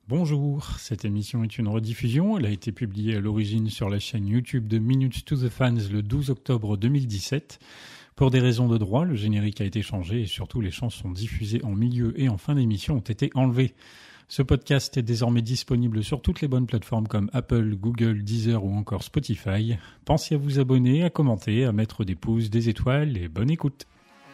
Bonjour, cette émission est une rediffusion. Elle a été publiée à l'origine sur la chaîne YouTube de Minutes to the Fans le 12 octobre 2017. Pour des raisons de droit, le générique a été changé et surtout les chansons diffusées en milieu et en fin d'émission ont été enlevées. Ce podcast est désormais disponible sur toutes les bonnes plateformes comme Apple, Google, Deezer ou encore Spotify. Pensez à vous abonner, à commenter, à mettre des pouces, des étoiles et bonne écoute.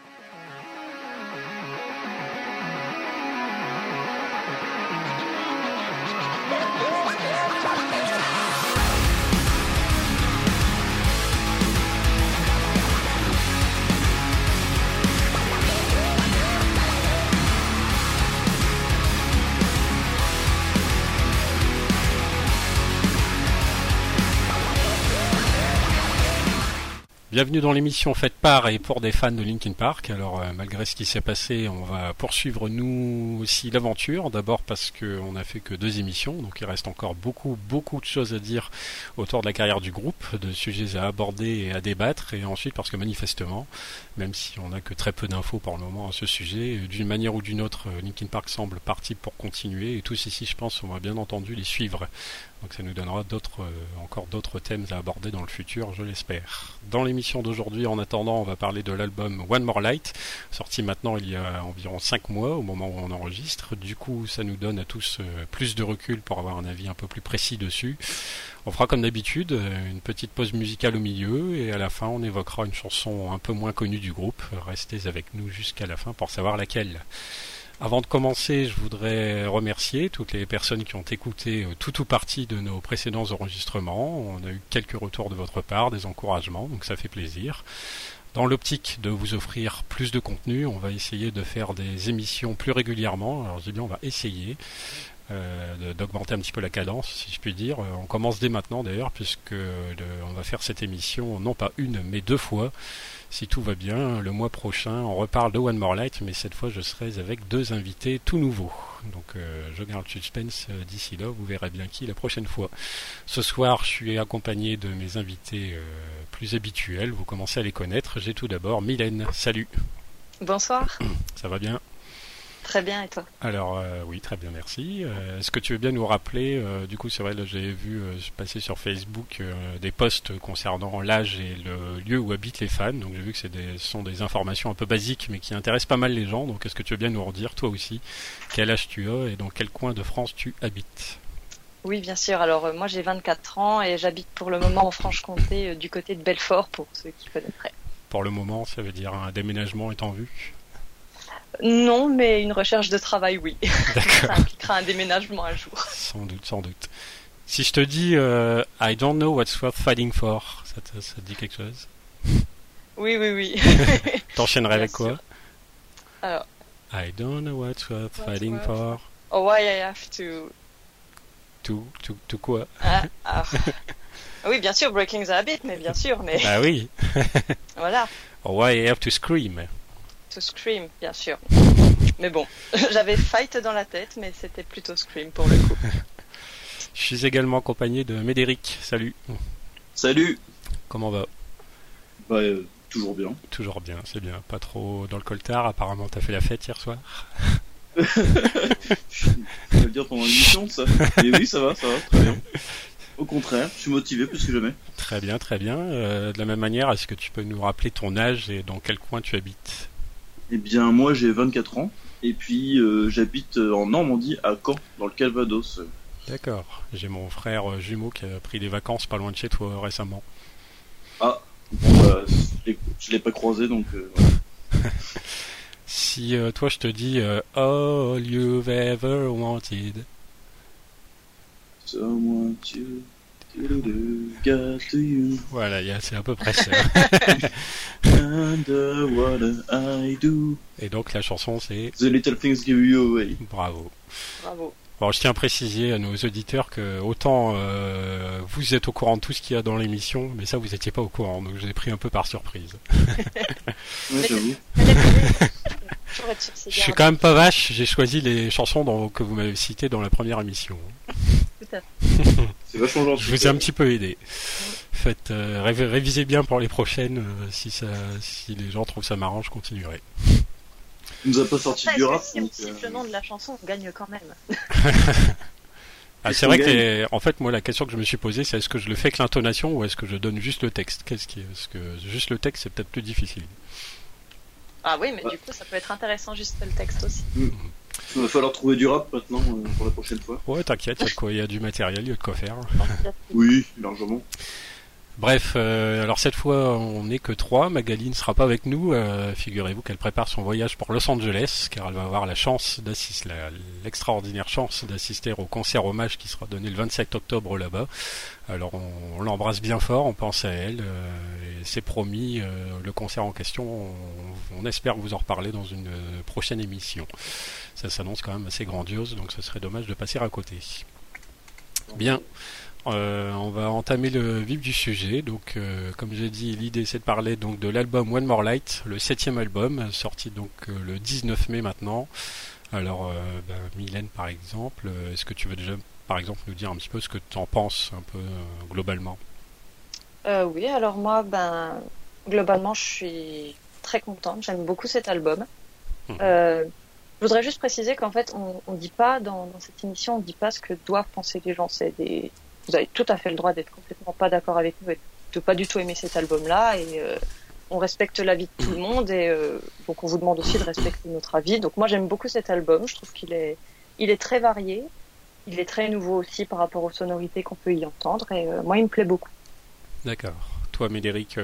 Bienvenue dans l'émission faite par et pour des fans de Linkin Park. Alors malgré ce qui s'est passé, on va poursuivre nous aussi l'aventure. D'abord parce qu'on n'a fait que 2 émissions, donc il reste encore beaucoup de choses à dire autour de la carrière du groupe, de sujets à aborder et à débattre. Et ensuite parce que manifestement, même si on n'a que très peu d'infos pour le moment à ce sujet, d'une manière ou d'une autre, Linkin Park semble parti pour continuer. Et tous ici, je pense, on va bien entendu les suivre. Donc ça nous donnera encore d'autres thèmes à aborder dans le futur, je l'espère. Dans l'émission d'aujourd'hui, en attendant, on va parler de l'album One More Light, sorti maintenant il y a environ 5 mois au moment où on enregistre. Du coup, ça nous donne à tous plus de recul pour avoir un avis un peu plus précis dessus. On fera comme d'habitude une petite pause musicale au milieu et à la fin, on évoquera une chanson un peu moins connue du groupe. Restez avec nous jusqu'à la fin pour savoir laquelle. Avant de commencer, je voudrais remercier toutes les personnes qui ont écouté tout ou partie de nos précédents enregistrements. On a eu quelques retours de votre part, des encouragements, donc ça fait plaisir. Dans l'optique de vous offrir plus de contenu, on va essayer de faire des émissions plus régulièrement. Alors je dis bien, on va essayer d'augmenter un petit peu la cadence, si je puis dire. On commence dès maintenant d'ailleurs, puisque on va faire cette émission non pas une, mais 2 fois. Si tout va bien, le mois prochain, on reparle de One More Light, mais cette fois, je serai avec 2 invités tout nouveaux. Donc, je garde le suspense d'ici là, vous verrez bien qui la prochaine fois. Ce soir, je suis accompagné de mes invités plus habituels. Vous commencez à les connaître. J'ai tout d'abord Mylène. Salut. Bonsoir. Ça va bien ? Très bien, et toi ? Alors, oui, très bien, merci. Est-ce que tu veux bien nous rappeler, du coup, c'est vrai, là, j'ai vu passer sur Facebook des posts concernant l'âge et le lieu où habitent les fans. Donc, j'ai vu que ce sont des informations un peu basiques, mais qui intéressent pas mal les gens. Donc, est-ce que tu veux bien nous redire, toi aussi, quel âge tu as et dans quel coin de France tu habites ? Oui, bien sûr. Alors, moi, j'ai 24 ans et j'habite pour le moment en Franche-Comté, du côté de Belfort, pour ceux qui connaîtraient. Pour le moment, ça veut dire un déménagement est en vue ? Non, mais une recherche de travail, oui. D'accord. Ça impliquera un déménagement un jour. Sans doute. Si je te dis I don't know what's worth fighting for, ça te dit quelque chose ? Oui. T'enchaînerais avec quoi ? Alors, I don't know what's worth fighting for. Oh, why I have to... To quoi ? Oui, bien sûr, Breaking the Habit, mais bien sûr, mais... Ah oui. Voilà. Oh, why I have to scream. To Scream, bien sûr. Mais bon, j'avais Fight dans la tête, mais c'était plutôt Scream pour le coup. Je suis également accompagné de Médéric. Salut. Salut. Comment va ? Toujours bien. Toujours bien, c'est bien. Pas trop dans le coltard, apparemment t'as fait la fête hier soir. Tu vas le dire pendant l'émission, ça. Et oui, ça va, très bien. Au contraire, je suis motivé plus que jamais. Très bien. De la même manière, est-ce que tu peux nous rappeler ton âge et dans quel coin tu habites ? Eh bien, moi j'ai 24 ans, et puis j'habite en Normandie, à Caen, dans le Calvados. D'accord. J'ai mon frère jumeau qui a pris des vacances pas loin de chez toi récemment. Ah, bon, je l'ai pas croisé, donc voilà. Si toi je te dis all you've ever wanted. Someone to got to you. Voilà, c'est à peu près ça. Underwater I do. Et donc la chanson c'est The Little Things Give You Away. Bravo. Bon, je tiens à préciser à nos auditeurs que autant vous êtes au courant de tout ce qu'il y a dans l'émission, mais ça vous n'étiez pas au courant, donc je l'ai pris un peu par surprise. Ouais, j'avoue. Je suis quand même pas vache, j'ai choisi les chansons que vous m'avez citées dans la première émission. Tout à fait. C'est vachement gentil. Je vous ai un petit peu aidé. Faites, révisez bien pour les prochaines, si les gens trouvent ça marrant, je continuerai. Il nous a pas sorti du rap. Si on cite le nom de la chanson, on gagne quand même. Ah, c'est vrai que en fait, moi, la question que je me suis posée, c'est est-ce que je le fais avec l'intonation ou est-ce que je donne juste le texte? Est-ce que juste le texte, c'est peut-être plus difficile. Ah oui, mais du coup, ça peut être intéressant juste le texte aussi. Il va falloir trouver du rap maintenant pour la prochaine fois. Ouais, t'inquiète, il y a du matériel, il y a de quoi faire. Oui, largement. Bref, alors cette fois on n'est que 3, Magali ne sera pas avec nous, figurez-vous qu'elle prépare son voyage pour Los Angeles, car elle va avoir la chance d'assister, l'extraordinaire chance d'assister au concert hommage qui sera donné le 27 octobre là-bas. Alors on l'embrasse bien fort, on pense à elle, et c'est promis, le concert en question, on espère vous en reparler dans une prochaine émission. Ça s'annonce quand même assez grandiose, donc ce serait dommage de passer à côté. Bien. On va entamer le vif du sujet. Donc, comme j'ai dit, l'idée c'est de parler donc de l'album One More Light, le 7e album, sorti donc le 19 mai maintenant. Alors, Mylène par exemple, est-ce que tu veux déjà, par exemple, nous dire un petit peu ce que tu en penses un peu globalement? Oui, alors moi, globalement, je suis très contente. J'aime beaucoup cet album. Je voudrais juste préciser qu'en fait, on dit pas dans cette émission, on dit pas ce que doivent penser les gens. Vous avez tout à fait le droit d'être complètement pas d'accord avec nous et de pas du tout aimer cet album-là. Et on respecte l'avis de tout le monde et donc on vous demande aussi de respecter notre avis. Donc moi, j'aime beaucoup cet album. Je trouve qu'il est très varié. Il est très nouveau aussi par rapport aux sonorités qu'on peut y entendre. Et moi, il me plaît beaucoup. D'accord. Toi, Médéric,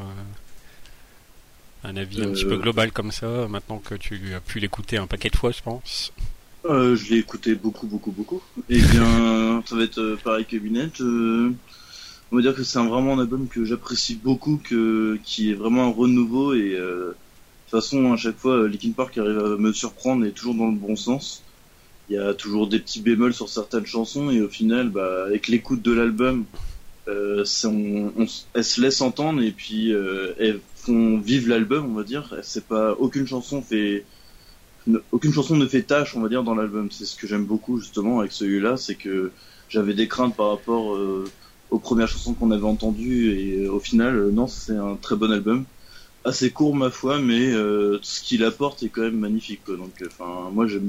un avis un petit peu global comme ça, maintenant que tu as pu l'écouter un paquet de fois, je pense. Je l'ai écouté beaucoup. Et bien, ça va être pareil que Binette. On va dire que c'est vraiment un album que j'apprécie beaucoup, qui est vraiment un renouveau. Et de toute façon, à chaque fois, Linkin Park arrive à me surprendre et toujours dans le bon sens. Il y a toujours des petits bémols sur certaines chansons et au final, avec l'écoute de l'album, elles se laissent entendre et puis elles font vivre l'album, on va dire. C'est pas aucune chanson ne fait tâche, on va dire, dans l'album. C'est ce que j'aime beaucoup justement avec celui-là, c'est que j'avais des craintes par rapport aux premières chansons qu'on avait entendues et au final, non, c'est un très bon album, assez court ma foi, mais ce qu'il apporte est quand même magnifique, quoi. Donc, moi j'aime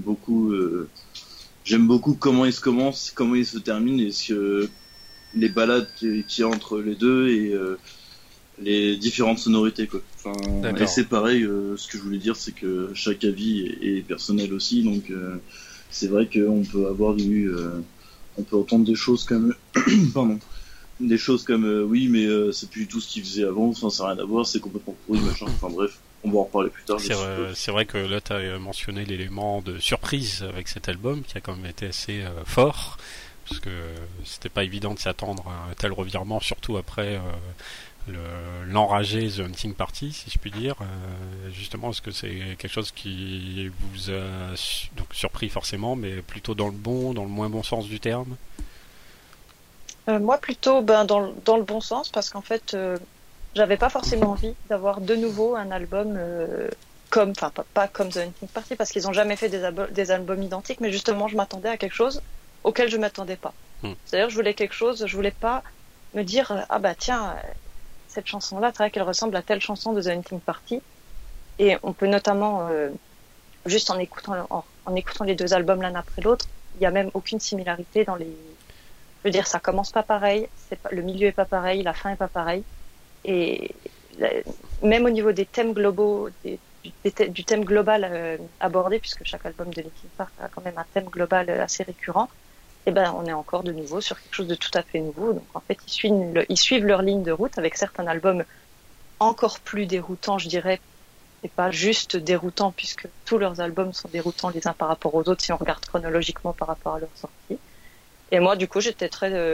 beaucoup comment il se commence, comment il se termine et les balades qu'il y a entre les deux et les différentes sonorités, quoi. Et c'est pareil, ce que je voulais dire, c'est que chaque avis est personnel aussi, donc c'est vrai qu'on peut on peut entendre des choses comme pardon, des choses comme oui, mais c'est plus du tout ce qu'il faisait avant, ça n'a rien à voir, c'est complètement pourri, machin. Bref, on va en reparler plus tard. C'est vrai que là tu as mentionné l'élément de surprise avec cet album qui a quand même été assez fort, parce que c'était pas évident de s'attendre à un tel revirement, surtout après l'enragé The Hunting Party, si je puis dire. Justement, est-ce que c'est quelque chose qui vous a donc surpris forcément, mais plutôt dans le bon, dans le moins bon sens du terme? Moi, plutôt dans le bon sens, parce qu'en fait, j'avais pas forcément envie d'avoir de nouveau un album pas comme The Hunting Party, parce qu'ils ont jamais fait des albums identiques, mais justement, je m'attendais à quelque chose auquel je m'attendais pas. C'est-à-dire, je voulais pas me dire tiens, cette chanson-là, c'est vrai qu'elle ressemble à telle chanson de The Hunting Party. Et on peut notamment, juste en écoutant les deux albums l'un après l'autre, il n'y a même aucune similarité dans les... Je veux dire, ça commence pas pareil, le milieu est pas pareil, la fin est pas pareille. Et même au niveau des thèmes globaux, du thème global abordé, puisque chaque album de Linkin Park a quand même un thème global assez récurrent, on est encore de nouveau sur quelque chose de tout à fait nouveau. Donc en fait, ils suivent leur ligne de route avec certains albums encore plus déroutants, je dirais, et pas juste déroutants, puisque tous leurs albums sont déroutants les uns par rapport aux autres si on regarde chronologiquement par rapport à leur sortie. Et moi, du coup, j'étais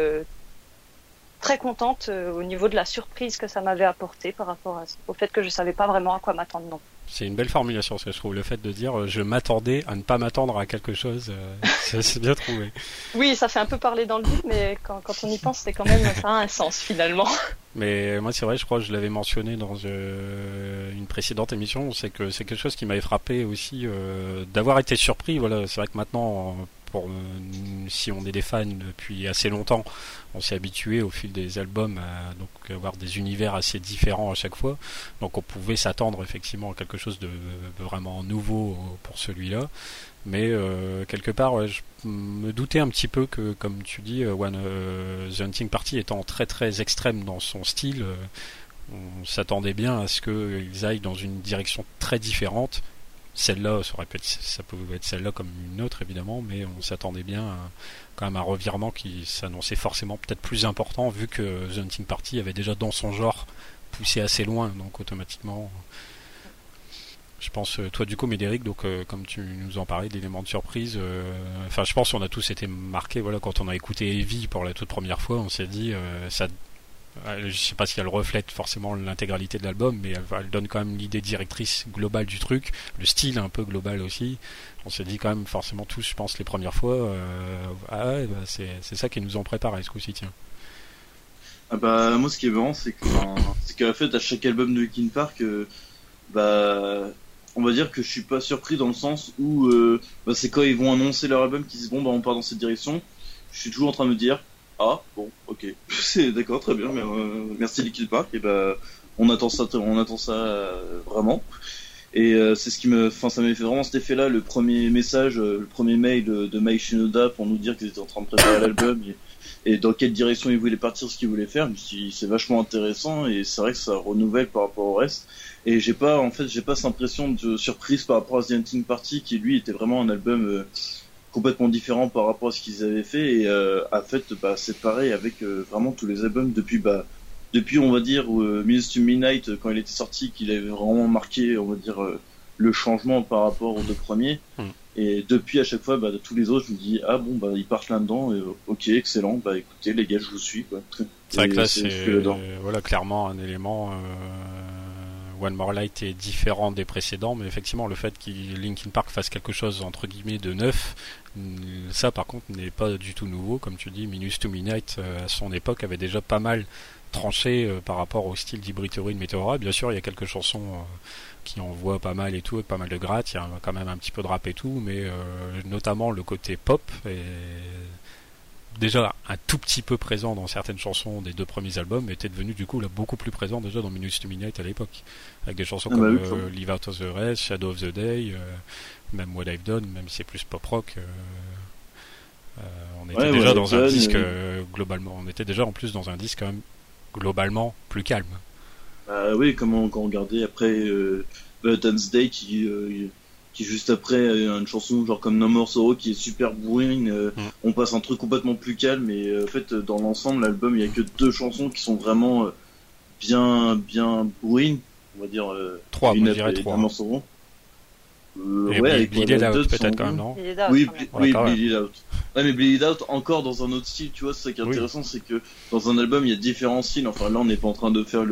très contente au niveau de la surprise que ça m'avait apporté par rapport au fait que je savais pas vraiment à quoi m'attendre non. C'est une belle formulation, ça, je trouve, le fait de dire je m'attendais à ne pas m'attendre à quelque chose, c'est bien trouvé. Oui, ça fait un peu parler dans le vide, mais quand on y pense, c'est quand même, ça a un sens finalement. Mais moi, c'est vrai, je crois que je l'avais mentionné dans une précédente émission, c'est que c'est quelque chose qui m'avait frappé aussi, d'avoir été surpris. Voilà, c'est vrai que maintenant, si on est des fans depuis assez longtemps, on s'est habitué au fil des albums à donc avoir des univers assez différents à chaque fois. Donc on pouvait s'attendre effectivement à quelque chose de vraiment nouveau pour celui-là. Mais quelque part, ouais, je me doutais un petit peu que, comme tu dis, The Hunting Party étant très très extrême dans son style, on s'attendait bien à ce qu'ils aillent dans une direction très différente. Celle-là, ça pouvait être celle-là comme une autre évidemment, mais on s'attendait bien à quand même un revirement qui s'annonçait forcément peut-être plus important, vu que The Hunting Party avait déjà dans son genre poussé assez loin, donc automatiquement. Je pense, toi du coup, Médéric, donc comme tu nous en parlais, d'éléments de surprise, enfin je pense qu'on a tous été marqués, voilà, quand on a écouté Heavy pour la toute première fois, on s'est dit, je sais pas si elle reflète forcément l'intégralité de l'album, mais elle donne quand même l'idée directrice globale du truc, le style un peu global aussi. On s'est dit quand même forcément tous, je pense, les premières fois, c'est ça qu'ils nous ont préparé ce coup-ci, tiens. Ah bah moi ce qui est marrant c'est qu'en fait à chaque album de Linkin Park, on va dire que je suis pas surpris dans le sens où c'est quand ils vont annoncer leur album qu'ils disent bon bah on part dans cette direction, je suis toujours en train de me dire ah bon ok c'est d'accord très bien mais, merci Linkin Park et on attend ça vraiment et c'est ce qui ça m'avait fait vraiment cet effet là, le premier message, le premier mail de Mike Shinoda pour nous dire qu'ils étaient en train de préparer l'album et dans quelle direction ils voulaient partir, ce qu'ils voulaient faire. Je me suis dit, c'est vachement intéressant et c'est vrai que ça renouvelle par rapport au reste. Et j'ai pas cette impression de surprise par rapport à The Hunting Party qui lui était vraiment un album complètement différent par rapport à ce qu'ils avaient fait et c'est pareil avec vraiment tous les albums depuis on va dire Minutes to Midnight quand il était sorti, qu'il avait vraiment marqué on va dire le changement par rapport aux deux premiers. Et depuis à chaque fois de tous les autres je me dis ah bon ils partent là-dedans et, ok excellent écoutez les gars je vous suis quoi. C'est vrai que là c'est voilà clairement un élément One More Light est différent des précédents, mais effectivement le fait qu'il Linkin Park fasse quelque chose entre guillemets de neuf, ça par contre n'est pas du tout nouveau. Comme tu dis, Minutes to Midnight à son époque avait déjà pas mal tranché par rapport au style d'Hybrid Theory de Meteora. Bien sûr il y a quelques chansons qui envoient pas mal et tout, avec pas mal de gratte, il y a quand même un petit peu de rap et tout, mais notamment le côté pop est déjà un tout petit peu présent dans certaines chansons des deux premiers albums, était devenu du coup là beaucoup plus présent déjà dans Minutes to Midnight à l'époque, avec des chansons comme Live Out of the Rest, Shadow of the Day, même What I've Done, même si c'est plus pop rock. On était déjà dans un disque globalement, on était déjà en plus dans un disque quand même globalement plus calme. Oui, quand on regardait après Valentine's Day qui juste après une chanson genre comme No More Sorrow qui est super bourrine, on passe un truc complètement plus calme et en fait dans l'ensemble l'album il y a que deux chansons qui sont vraiment bien bourrines, on va dire trois, on dirait trois. No More Sorrow. Avec Bleed It Out peut-être quand même, non? Oui, Bleed It Out. Ouais, mais Bleed It Out encore dans un autre style, tu vois, c'est ça qui est intéressant, c'est que dans un album il y a différents styles. Enfin là on n'est pas en train de faire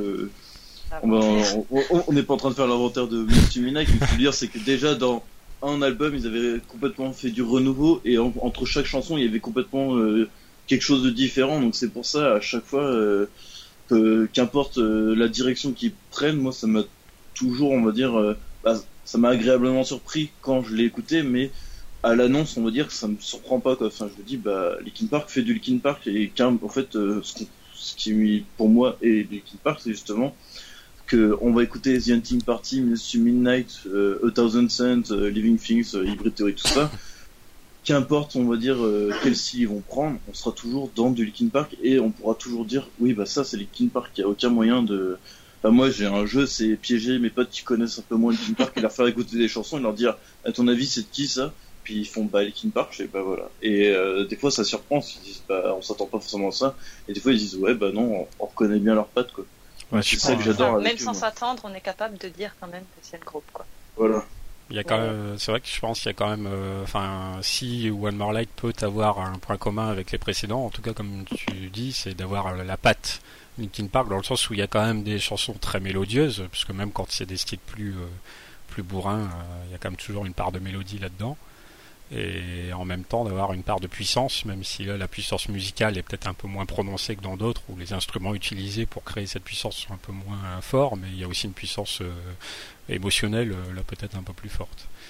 on n'est pas en train de faire l'inventaire de Minutes to Midnight, mais ce que je veux dire c'est que déjà dans un album ils avaient complètement fait du renouveau et entre chaque chanson il y avait complètement quelque chose de différent, donc c'est pour ça à chaque fois qu'importe la direction qu'ils prennent, moi ça m'a toujours on va dire ça m'a agréablement surpris quand je l'ai écouté, mais à l'annonce on va dire que ça me surprend pas quoi. Enfin je me dis Linkin Park fait du Linkin Park et en fait ce qui pour moi est Linkin Park c'est justement que on va écouter The Hunting Party, Minutes to Midnight, A Thousand Cents, Living Things, Hybrid Theory, tout ça. Qu'importe, on va dire quel style ils vont prendre, on sera toujours dans du Linkin Park et on pourra toujours dire oui ça c'est Linkin Park, il y a aucun moyen de. Enfin moi j'ai un jeu, c'est piéger mes potes qui connaissent un peu moins Linkin Park et leur faire écouter des chansons et leur dire à ton avis c'est de qui ça, puis ils font Linkin Park, je sais voilà. Et des fois ça surprend, ils disent on s'attend pas forcément à ça, et des fois ils disent non on reconnaît bien leurs pattes quoi. Ouais, c'est ça que j'adore. Même sans s'attendre, on est capable de dire quand même que c'est le groupe, quoi. Voilà. Il y a quand même, c'est vrai que je pense qu'il y a quand même, si One More Light peut avoir un point commun avec les précédents, en tout cas comme tu dis, c'est d'avoir la patte Linkin Park dans le sens où il y a quand même des chansons très mélodieuses, puisque même quand c'est des styles plus bourrins, il y a quand même toujours une part de mélodie là-dedans. Et en même temps d'avoir une part de puissance, même si là la puissance musicale est peut-être un peu moins prononcée que dans d'autres où les instruments utilisés pour créer cette puissance sont un peu moins forts, mais il y a aussi une puissance émotionnelle là peut-être un peu plus forte.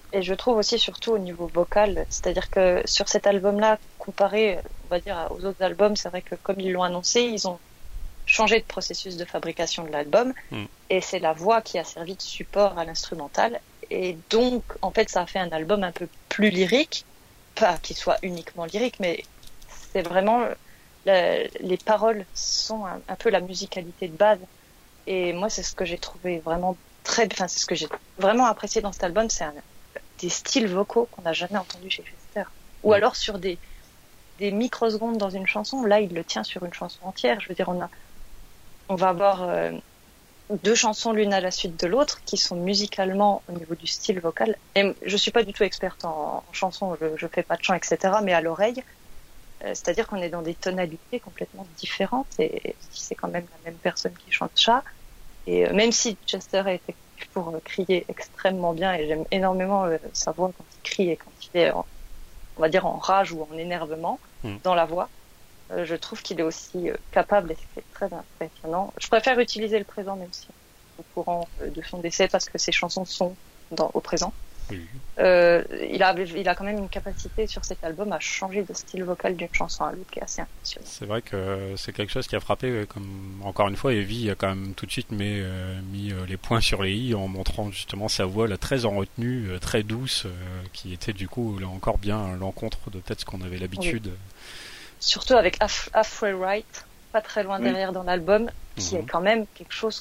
Et je trouve aussi surtout au niveau vocal, c'est-à-dire que sur cet album-là, comparé, on va dire, aux autres albums, c'est vrai que comme ils l'ont annoncé, ils ont changé de processus de fabrication de l'album, et c'est la voix qui a servi de support à l'instrumental. Et donc, en fait, ça a fait un album un peu plus lyrique, pas qu'il soit uniquement lyrique, mais c'est vraiment les paroles sont un peu la musicalité de base. Et moi, c'est ce que j'ai trouvé vraiment enfin, c'est ce que j'ai vraiment apprécié dans cet album, c'est des styles vocaux qu'on n'a jamais entendus chez Chester. Ou alors sur des microsecondes dans une chanson. Là, il le tient sur une chanson entière. Je veux dire, on va avoir 2 chansons l'une à la suite de l'autre qui sont musicalement au niveau du style vocal. Et je suis pas du tout experte en chansons, je fais pas de chant, etc. Mais à l'oreille, c'est-à-dire qu'on est dans des tonalités complètement différentes et c'est quand même la même personne qui chante ça. Et même si Chester est effectif pour crier extrêmement bien et j'aime énormément sa voix quand il crie et quand il est, on va dire, en rage ou en énervement dans la voix, je trouve qu'il est aussi capable et c'est très impressionnant. Je préfère utiliser le présent même si au courant de son décès parce que ses chansons sont au présent. Oui. Il a quand même une capacité sur cet album à changer de style vocal d'une chanson à l'autre qui est assez impressionnant. C'est vrai que c'est quelque chose qui a frappé, comme encore une fois, Evie a quand même tout de suite mis les points sur les i en montrant justement sa voix là, très en retenue, très douce, qui était du coup là encore bien à l'encontre de peut-être ce qu'on avait l'habitude. Oui. Surtout avec Halfway Right, pas très loin derrière dans l'album, qui est quand même quelque chose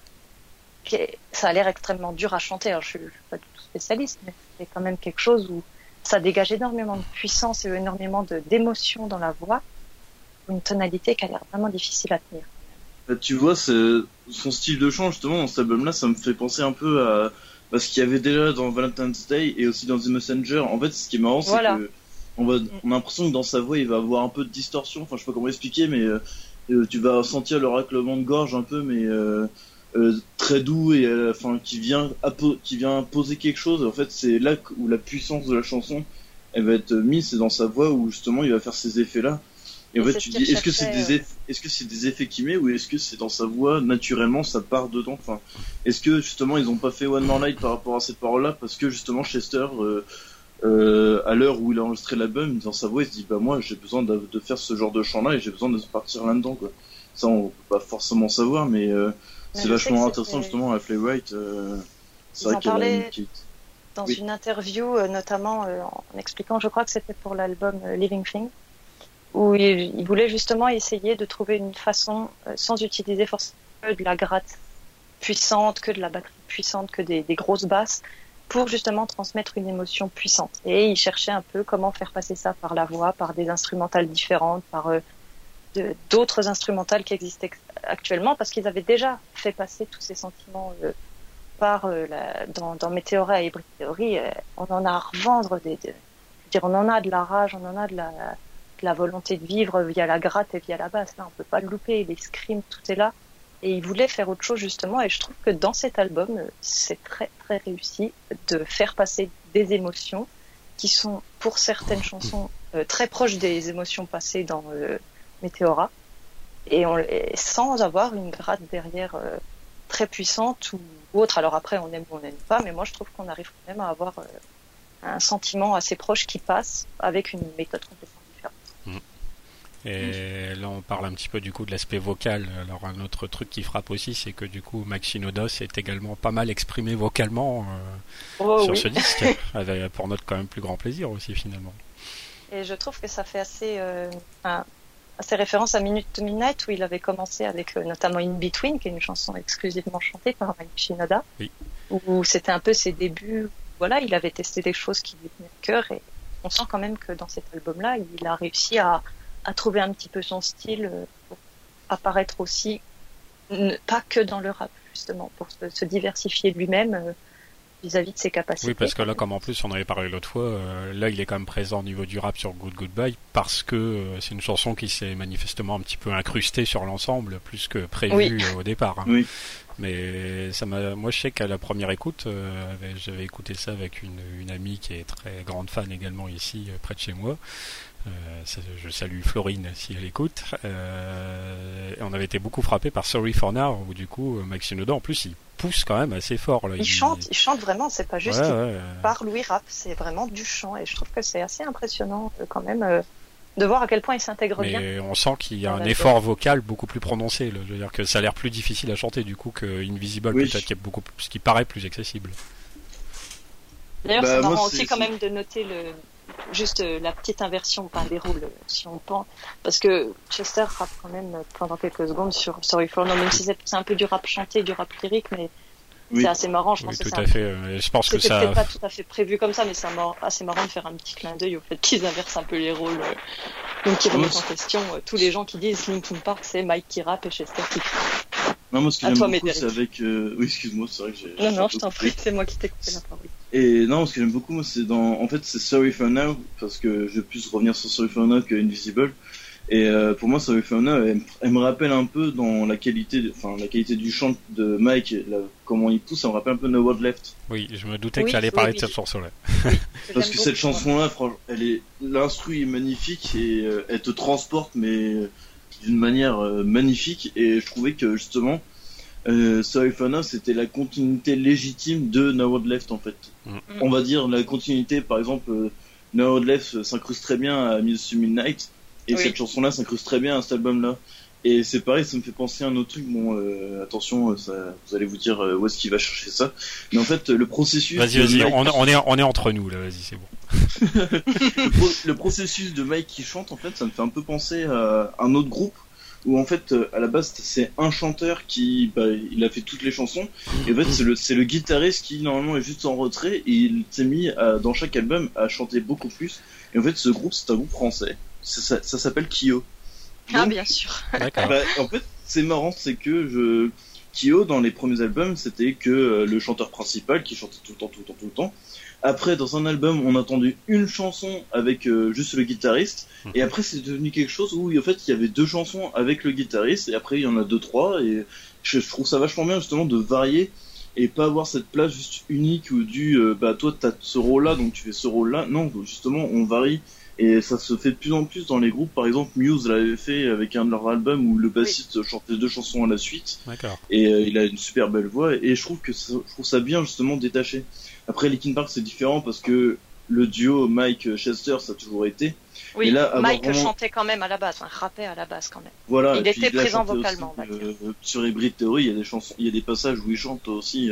ça a l'air extrêmement dur à chanter. Alors, je suis pas du tout spécialiste, mais c'est quand même quelque chose où ça dégage énormément de puissance et énormément d'émotion dans la voix, une tonalité qui a l'air vraiment difficile à tenir. Tu vois, son style de chant, justement, dans cet album-là, ça me fait penser un peu à ce qu'il y avait déjà dans Valentine's Day et aussi dans The Messenger. En fait, ce qui est marrant, c'est que on a l'impression que dans sa voix, il va avoir un peu de distorsion. Enfin, je sais pas comment expliquer, mais tu vas sentir le raclement de gorge un peu, mais très doux et enfin qui vient poser quelque chose. En fait, c'est là où la puissance de la chanson elle va être mise, c'est dans sa voix où justement il va faire ces effets là. Et en fait, tu dis est-ce que c'est des effets qu'il met ou est-ce que c'est dans sa voix naturellement ça part dedans. Enfin, est-ce que justement ils ont pas fait One More Night par rapport à cette parole là parce que justement Chester à l'heure où il a enregistré l'album, dans sa voix, il se dit bah moi j'ai besoin de faire ce genre de chant là et j'ai besoin de partir là-dedans quoi. Ça on peut pas forcément savoir, mais c'est vachement intéressant justement à Playwright. C'est vrai qu'il parlait dans une interview, notamment en expliquant, je crois que c'était pour l'album Living Thing, où il voulait justement essayer de trouver une façon, sans utiliser forcément de la gratte puissante, que de la batterie puissante, que des grosses basses, pour justement transmettre une émotion puissante. Et il cherchait un peu comment faire passer ça par la voix, par des instrumentales différentes, par d'autres instrumentales qui existent actuellement, parce qu'ils avaient déjà fait passer tous ces sentiments dans Meteora et Hybrid Theory. On en a à revendre on en a de la rage, on en a de la volonté de vivre via la gratte et via la basse. Là, on peut pas le louper, les screams, tout est là. Et il voulait faire autre chose justement, et je trouve que dans cet album, c'est très très réussi de faire passer des émotions qui sont pour certaines chansons très proches des émotions passées dans Meteora, et sans avoir une gratte derrière très puissante ou autre. Alors après, on aime ou on n'aime pas, mais moi je trouve qu'on arrive quand même à avoir un sentiment assez proche qui passe avec une méthode complètement différente. Et là, on parle un petit peu du coup de l'aspect vocal. Alors, un autre truc qui frappe aussi, c'est que du coup, Mike Shinoda s'est également pas mal exprimé vocalement sur ce disque, pour notre quand même plus grand plaisir aussi finalement. Et je trouve que ça fait assez référence à Minute to Midnight où il avait commencé avec notamment In Between, qui est une chanson exclusivement chantée par Mike Shinoda, où c'était un peu ses débuts. Voilà, il avait testé des choses qui lui tenaient à cœur et on sent quand même que dans cet album-là, il a réussi à trouver un petit peu son style pour apparaître aussi, pas que dans le rap justement, pour se diversifier lui-même vis-à-vis de ses capacités. Oui, parce que là, comme en plus on avait parlé l'autre fois, là il est quand même présent au niveau du rap sur Good Goodbye parce que c'est une chanson qui s'est manifestement un petit peu incrustée sur l'ensemble plus que prévu au départ. Hein. Oui. Mais moi je sais qu'à la première écoute, j'avais écouté ça avec une amie qui est très grande fan également ici près de chez moi. Je salue Florine si elle écoute. On avait été beaucoup frappé par Sorry for Now où du coup Mike Shinoda en plus pousse quand même assez fort. Là. Il chante vraiment, c'est pas juste parle ou il rappe, c'est vraiment du chant et je trouve que c'est assez impressionnant quand même de voir à quel point il s'intègre bien. Mais on sent qu'il y a un effort vocal beaucoup plus prononcé. Là. Je veux dire que ça a l'air plus difficile à chanter du coup que Invisible, peut-être qui est ce qui paraît plus accessible. D'ailleurs, c'est marrant aussi quand même de noter juste la petite inversion des rôles, si on pense, parce que Chester rappe quand même pendant quelques secondes sur Sorry for No, même si c'est un peu du rap chanté, du rap lyrique, mais c'est assez marrant, je pense que tout à fait. Je pense que ça. C'était pas tout à fait prévu comme ça, mais c'est assez marrant de faire un petit clin d'œil au fait qu'ils inversent un peu les rôles, donc qui remettent en question tous les gens qui disent Linkin Park, c'est Mike qui rappe et Chester qui chante. Non, moi ce que j'aime beaucoup, c'est avec. Oui, excuse-moi, c'est vrai que j'ai. Non, je t'en prie, c'est moi qui t'ai coupé la parole. Et non, ce que j'aime beaucoup, moi, en fait, c'est Sorry for Now, parce que je vais plus revenir sur Sorry for Now que Invisible. Et pour moi, Sorry for Now, elle me rappelle un peu dans la qualité du chant de Mike, comment il pousse, ça me rappelle un peu No Word Left. Oui, je me doutais que tu allais parler de cette chanson-là. Parce que cette chanson-là, l'instru est magnifique et elle te transporte, mais d'une manière magnifique. Et je trouvais que justement, Sorry for Now, c'était la continuité légitime de No Word Left en fait. On va dire la continuité, par exemple, No Word Left s'incruste très bien à Minutes to Midnight. Et cette chanson-là s'incruste très bien à cet album-là. Et c'est pareil, ça me fait penser à un autre truc. Bon, attention, vous allez vous dire où est-ce qu'il va chercher ça. Mais en fait, le processus. Vas-y, on est entre nous là. Vas-y, c'est bon. Le processus de Mike qui chante, en fait, ça me fait un peu penser à un autre groupe où en fait, à la base, c'est un chanteur qui, il a fait toutes les chansons. Et en fait, c'est le guitariste qui normalement est juste en retrait et il s'est mis dans chaque album à chanter beaucoup plus. Et en fait, ce groupe, c'est un groupe français. Ça s'appelle Kyo. Donc, bien sûr. D'accord. En fait, c'est marrant, c'est que Kyo, dans les premiers albums, c'était que le chanteur principal qui chantait tout le temps. Après, dans un album, on a entendu une chanson avec juste le guitariste. Et après, c'est devenu quelque chose où, en fait, il y avait 2 chansons avec le guitariste. Et après, il y en a 2, 3. Et je trouve ça vachement bien, justement, de varier et pas avoir cette place juste unique où toi, t'as ce rôle-là, donc tu fais ce rôle-là. Non, justement, on varie. Et ça se fait de plus en plus dans les groupes. Par exemple, Muse l'avait fait avec un de leurs albums où le bassiste chantait 2 chansons à la suite. D'accord. Et il a une super belle voix. Et je trouve ça bien justement détaché. Après, Linkin Park c'est différent parce que le duo Mike Chester ça a toujours été. Oui, et là, Mike chantait quand même à la base, rappait à la base quand même. Voilà. Il était présent vocalement. Aussi, sur Hybrid Theory, il y a des chansons, il y a des passages où il chante aussi.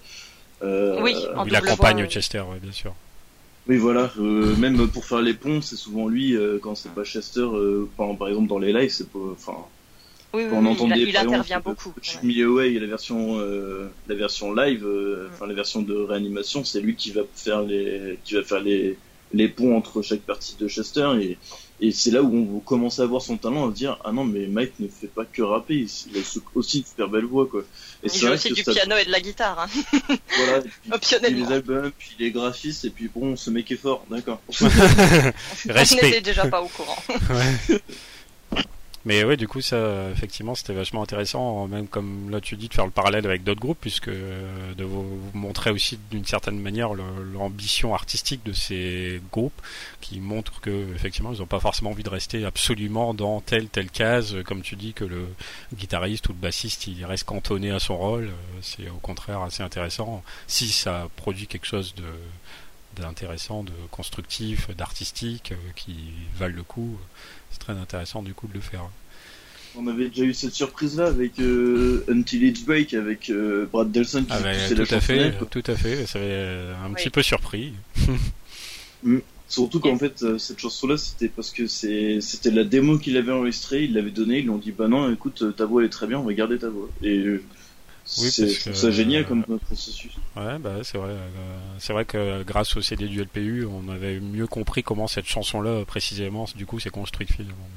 Oui, il accompagne Chester, ouais, bien sûr. Oui, voilà. Même pour faire les ponts, c'est souvent lui. Quand c'est pas Chester, par exemple dans les lives, c'est pas. Enfin. Il intervient beaucoup. Shoot Me Away et la version live, la version de réanimation, c'est lui qui va faire les ponts entre chaque partie de Chester et c'est là où on commence à voir son talent, à se dire ah non mais Mike ne fait pas que rapper, il a aussi une super belle voix quoi. Et il joue aussi du piano et de la guitare. Hein. Voilà. Optionnellement. Puis les albums, puis les graphistes et puis bon ce mec est fort, d'accord. Respect. On n'était déjà pas au courant. Ouais. Mais ouais, du coup, ça, effectivement, c'était vachement intéressant, même comme là tu dis, de faire le parallèle avec d'autres groupes, puisque de vous montrer aussi d'une certaine manière l'ambition artistique de ces groupes, qui montrent que effectivement, ils n'ont pas forcément envie de rester absolument dans telle case, comme tu dis que le guitariste ou le bassiste, il reste cantonné à son rôle. C'est au contraire assez intéressant si ça produit quelque chose d'intéressant, de constructif, d'artistique, qui valent le coup. C'est très intéressant du coup de le faire. On avait déjà eu cette surprise là avec Until It's Break avec Brad Delson qui poussait la chansonnette. Tout à fait, ça avait un petit peu surpris. Surtout qu'en fait cette chanson là c'était parce que c'était la démo qu'il avait enregistrée, il l'avait donnée, ils lui ont dit bah non écoute ta voix elle est très bien, on va garder ta voix. Et c'est génial comme processus. Ouais, bah c'est vrai. C'est vrai que grâce au CD du LPU, on avait mieux compris comment cette chanson-là précisément, du coup, s'est construite finalement.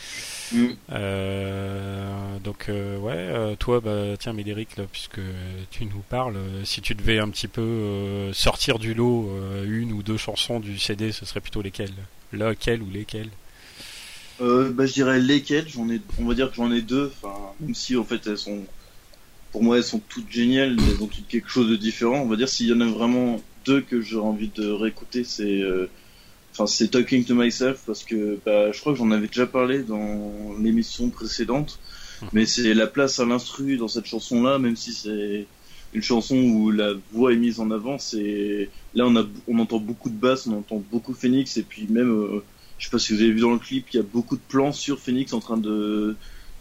Toi, tiens, Médéric, là, puisque tu nous parles, si tu devais un petit peu sortir du lot une ou 2 chansons du CD, ce serait plutôt lesquelles? Laquelle ou lesquelles? Je dirais lesquelles. On va dire que j'en ai 2. Enfin, même si en fait pour moi, elles sont toutes géniales, elles ont toutes quelque chose de différent. On va dire s'il y en a vraiment 2 que j'aurais envie de réécouter, c'est Talking to Myself parce que je crois que j'en avais déjà parlé dans l'émission précédente, mais c'est la place à l'instru dans cette chanson-là, même si une chanson où la voix est mise en avant. C'est là on entend beaucoup de basses, on entend beaucoup Phoenix, et puis même je sais pas si vous avez vu dans le clip, il y a beaucoup de plans sur Phoenix en train de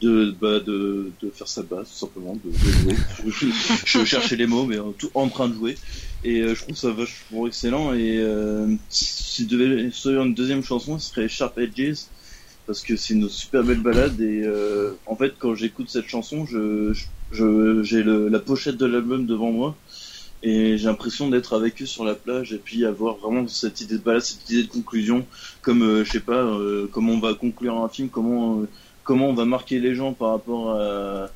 faire sa basse, tout simplement, de jouer. Je cherchais les mots, mais tout en train de jouer. Et je trouve ça vachement excellent. Et si devait sortir une deuxième chanson, ce serait Sharp Edges, parce que c'est une super belle balade. Et en fait, quand j'écoute cette chanson, j'ai la pochette de l'album devant moi, et j'ai l'impression d'être avec eux sur la plage, et puis avoir vraiment cette idée de balade, cette idée de conclusion, comme je sais pas, comment on va conclure un film, comment on va marquer les gens par rapport à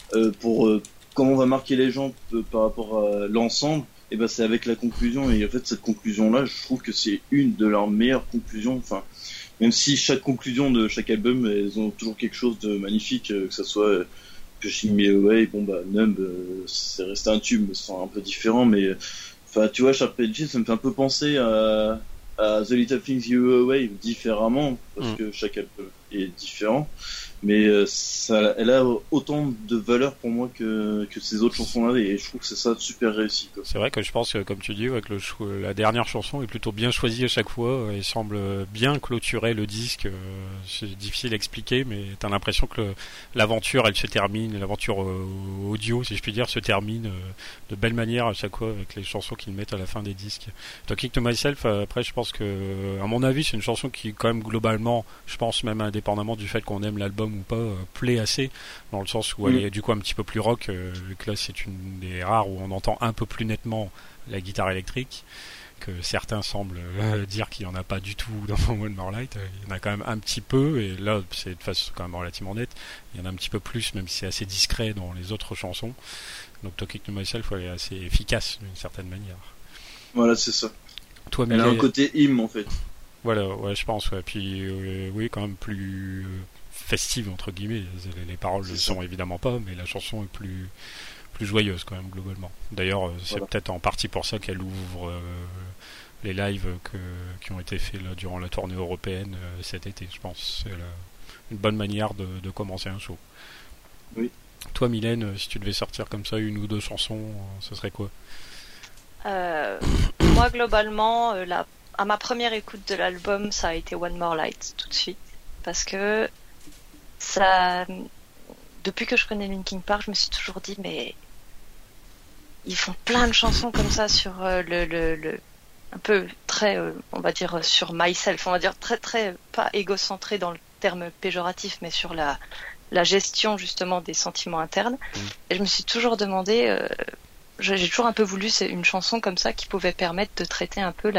comment on va marquer les gens par rapport à l'ensemble. Et ben c'est avec la conclusion. Et en fait cette conclusion là, je trouve que c'est une de leurs meilleures conclusions. Enfin, même si chaque conclusion de chaque album, elles ont toujours quelque chose de magnifique, que ça soit Pushing Me Away, bon bah Numb, c'est resté un tube, c'est un peu différent, mais enfin tu vois, Sharp Edges, ça me fait un peu penser à The Little Things You Away différemment, parce que chaque album est différent, mais elle a autant de valeur pour moi que ces autres chansons-là, et je trouve que c'est ça super réussi, quoi. C'est vrai que je pense que, comme tu dis, ouais, que la dernière chanson est plutôt bien choisie à chaque fois et semble bien clôturer le disque. C'est difficile à expliquer, mais t'as l'impression que l'aventure, elle se termine, l'aventure audio, si je puis dire, se termine de belle manière à chaque fois avec les chansons qu'ils mettent à la fin des disques. Talking to Myself, après, je pense que, à mon avis, c'est une chanson qui, quand même, globalement, je pense même indépendamment du fait qu'on aime l'album ou pas, plaît assez, dans le sens où elle est du coup un petit peu plus rock, vu que là c'est une des rares où on entend un peu plus nettement la guitare électrique, que certains semblent dire qu'il n'y en a pas du tout dans One More Light. Il y en a quand même un petit peu, et là c'est de façon quand même relativement nette, il y en a un petit peu plus, même si c'est assez discret dans les autres chansons. Donc Talking to Myself, elle est assez efficace d'une certaine manière. Voilà, c'est ça. Toi, elle a un côté hymne en fait. Voilà, ouais, je pense, ouais. Puis oui, quand même plus festive entre guillemets. Les paroles ne le sont évidemment pas, mais la chanson est plus joyeuse quand même globalement. D'ailleurs, c'est peut-être en partie pour ça qu'elle ouvre les lives qui ont été faits là, durant la tournée européenne cet été. Je pense c'est une bonne manière de commencer un show. Oui. Toi, Mylène, si tu devais sortir comme ça une ou deux chansons, ce serait quoi? Moi, globalement, à ma première écoute de l'album, ça a été One More Light tout de suite, parce que ça, depuis que je connais Linkin Park, je me suis toujours dit, mais ils font plein de chansons comme ça sur un peu très, on va dire sur myself, on va dire très très pas égocentré dans le terme péjoratif, mais sur la gestion justement des sentiments internes. Et je me suis toujours demandé, j'ai toujours un peu voulu une chanson comme ça qui pouvait permettre de traiter un peu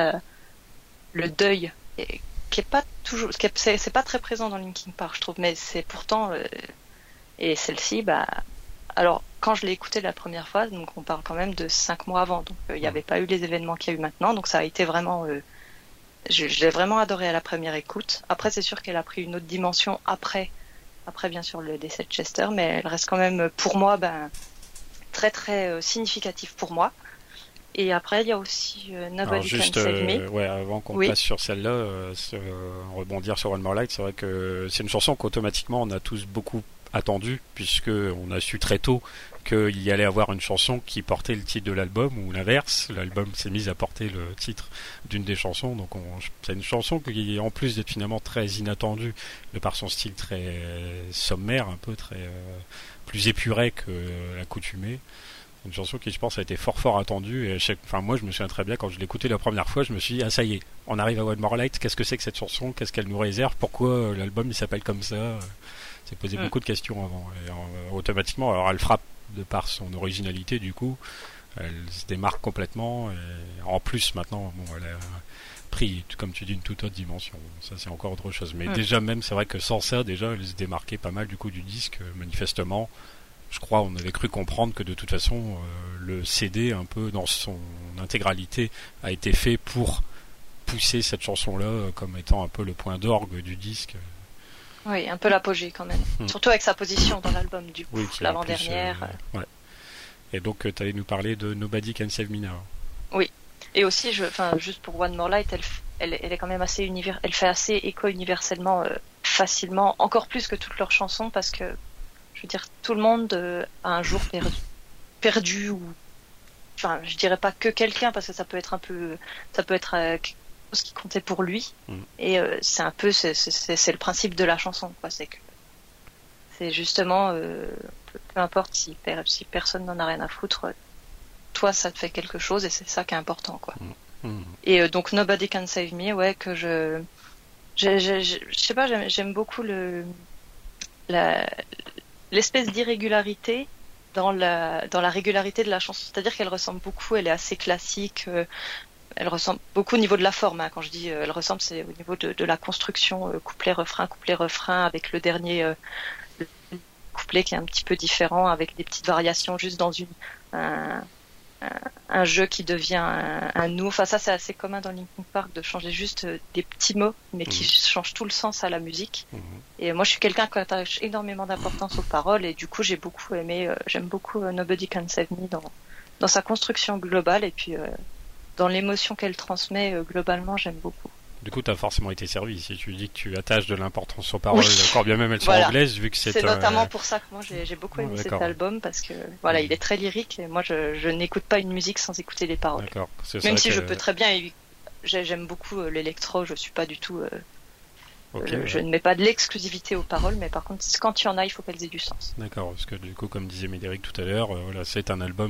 le deuil, et qui est pas toujours, c'est pas très présent dans Linkin Park, je trouve, mais c'est pourtant et celle-ci, alors quand je l'ai écoutée la première fois, donc on parle quand même de 5 mois avant, donc il n'y avait pas eu les événements qu'il y a eu maintenant, donc ça a été vraiment je l'ai vraiment adoré à la première écoute. Après, c'est sûr qu'elle a pris une autre dimension après bien sûr le décès de Chester, mais elle reste quand même pour moi très très significatif pour moi. Et après, il y a aussi Nobody Can Save Me. Ouais, avant qu'on passe sur celle-là, rebondir sur One More Light, c'est vrai que c'est une chanson qu'automatiquement on a tous beaucoup attendu, puisque on a su très tôt qu'il y allait avoir une chanson qui portait le titre de l'album, ou l'inverse, l'album s'est mis à porter le titre d'une des chansons, donc c'est une chanson qui, en plus d'être finalement très inattendue, de par son style très sommaire, un peu très plus épuré que l'accoutumée, une chanson qui, je pense, a été fort attendue. Et moi, je me souviens très bien quand je l'écoutais la première fois, je me suis dit, ah ça y est, on arrive à One More Light. Qu'est-ce que c'est que cette chanson? Qu'est-ce qu'elle nous réserve? Pourquoi l'album il s'appelle comme ça? C'est posé beaucoup de questions avant. Et automatiquement, alors elle frappe de par son originalité, du coup, elle se démarque complètement. Et en plus, maintenant, elle a pris, comme tu dis, une toute autre dimension. Ça, c'est encore autre chose. Mais déjà, même, c'est vrai que sans ça, déjà, elle se démarquait pas mal du coup du disque, manifestement. Je crois on avait cru comprendre que de toute façon le CD un peu dans son intégralité a été fait pour pousser cette chanson-là comme étant un peu le point d'orgue du disque. Oui, un peu l'apogée quand même. Surtout avec sa position dans l'album du coup, l'avant-dernière. Ouais. Et donc tu allais nous parler de Nobody Can Save Me Now. Oui. Et aussi, juste pour One More Light, elle est quand même assez elle fait assez écho universellement, facilement, encore plus que toutes leurs chansons, parce que je veux dire, tout le monde a un jour perdu ou enfin, je dirais pas que quelqu'un parce que ça peut être quelque chose qui comptait pour lui. Et c'est un peu, c'est le principe de la chanson, quoi. C'est justement, peu importe si personne n'en a rien à foutre, toi ça te fait quelque chose et c'est ça qui est important, quoi. Et donc Nobody Can Save Me, ouais, que je sais pas, j'aime beaucoup l'espèce d'irrégularité dans la régularité de la chanson. C'est-à-dire qu'elle ressemble beaucoup, elle est assez classique, elle ressemble beaucoup au niveau de la forme, hein. Quand je dis elle ressemble, c'est au niveau de la construction, couplet-refrain, avec le dernier couplet qui est un petit peu différent, avec des petites variations juste dans un jeu qui devient un nous. Enfin, ça c'est assez commun dans Linkin Park de changer juste des petits mots, mais qui changent tout le sens à la musique. Et moi, je suis quelqu'un qui attache énormément d'importance aux paroles, et du coup, j'aime beaucoup Nobody Can Save Me dans sa construction globale, et puis dans l'émotion qu'elle transmet globalement, j'aime beaucoup. Du coup, tu as forcément été servi si tu dis que tu attaches de l'importance aux paroles, encore bien même elles sont anglaises, vu que c'est notamment pour ça que moi j'ai beaucoup aimé cet album, parce que voilà, il est très lyrique et moi je n'écoute pas une musique sans écouter les paroles. D'accord. Même si je peux très bien, j'aime beaucoup l'électro, je suis pas du tout je ne mets pas de l'exclusivité aux paroles, mais par contre quand il y en a, il faut qu'elles aient du sens. D'accord, parce que du coup, comme disait Médéric tout à l'heure, voilà, c'est un album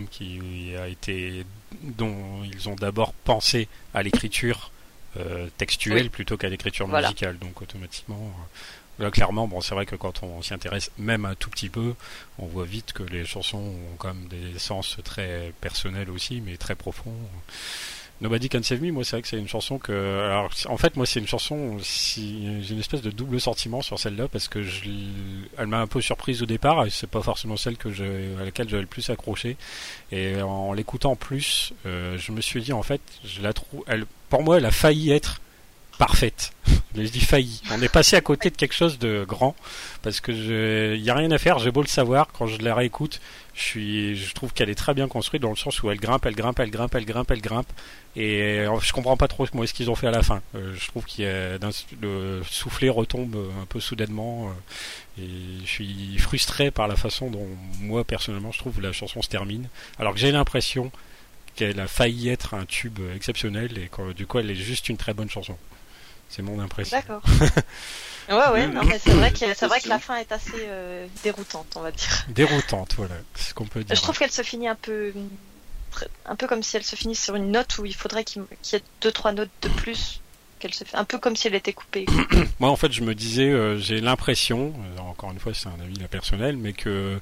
dont ils ont d'abord pensé à l'écriture textuelle plutôt qu'à l'écriture musicale, donc automatiquement là clairement, bon, c'est vrai que quand on s'y intéresse même un tout petit peu, on voit vite que les chansons ont quand même des sens très personnels aussi, mais très profonds. Nobody Can Save Me, moi c'est vrai que c'est une chanson que, alors en fait moi c'est une chanson, j'ai une espèce de double sentiment sur celle-là, parce que elle m'a un peu surprise au départ, et c'est pas forcément celle à laquelle j'avais le plus accroché, et en l'écoutant plus, je me suis dit en fait, je la trouve, pour moi elle a failli être parfaite. Je dis failli. On est passé à côté de quelque chose de grand, parce que y a rien à faire, j'ai beau le savoir, quand je la réécoute, je trouve qu'elle est très bien construite dans le sens où elle grimpe, et je comprends pas trop ce qu'ils ont fait à la fin. Je trouve le soufflet retombe un peu soudainement, et je suis frustré par la façon dont moi personnellement je trouve la chanson se termine, alors que j'ai l'impression qu'elle a failli être un tube exceptionnel, et que du coup elle est juste une très bonne chanson. C'est mon impression. D'accord. Ouais, non, mais c'est vrai que la fin est assez déroutante, on va dire. Déroutante, voilà, c'est ce qu'on peut dire. Je trouve qu'elle se finit un peu comme si elle se finit sur une note où il faudrait qu'il y ait 2-3 notes de plus, un peu comme si elle était coupée. Moi, en fait, je me disais, j'ai l'impression, encore une fois, c'est un avis personnel, mais que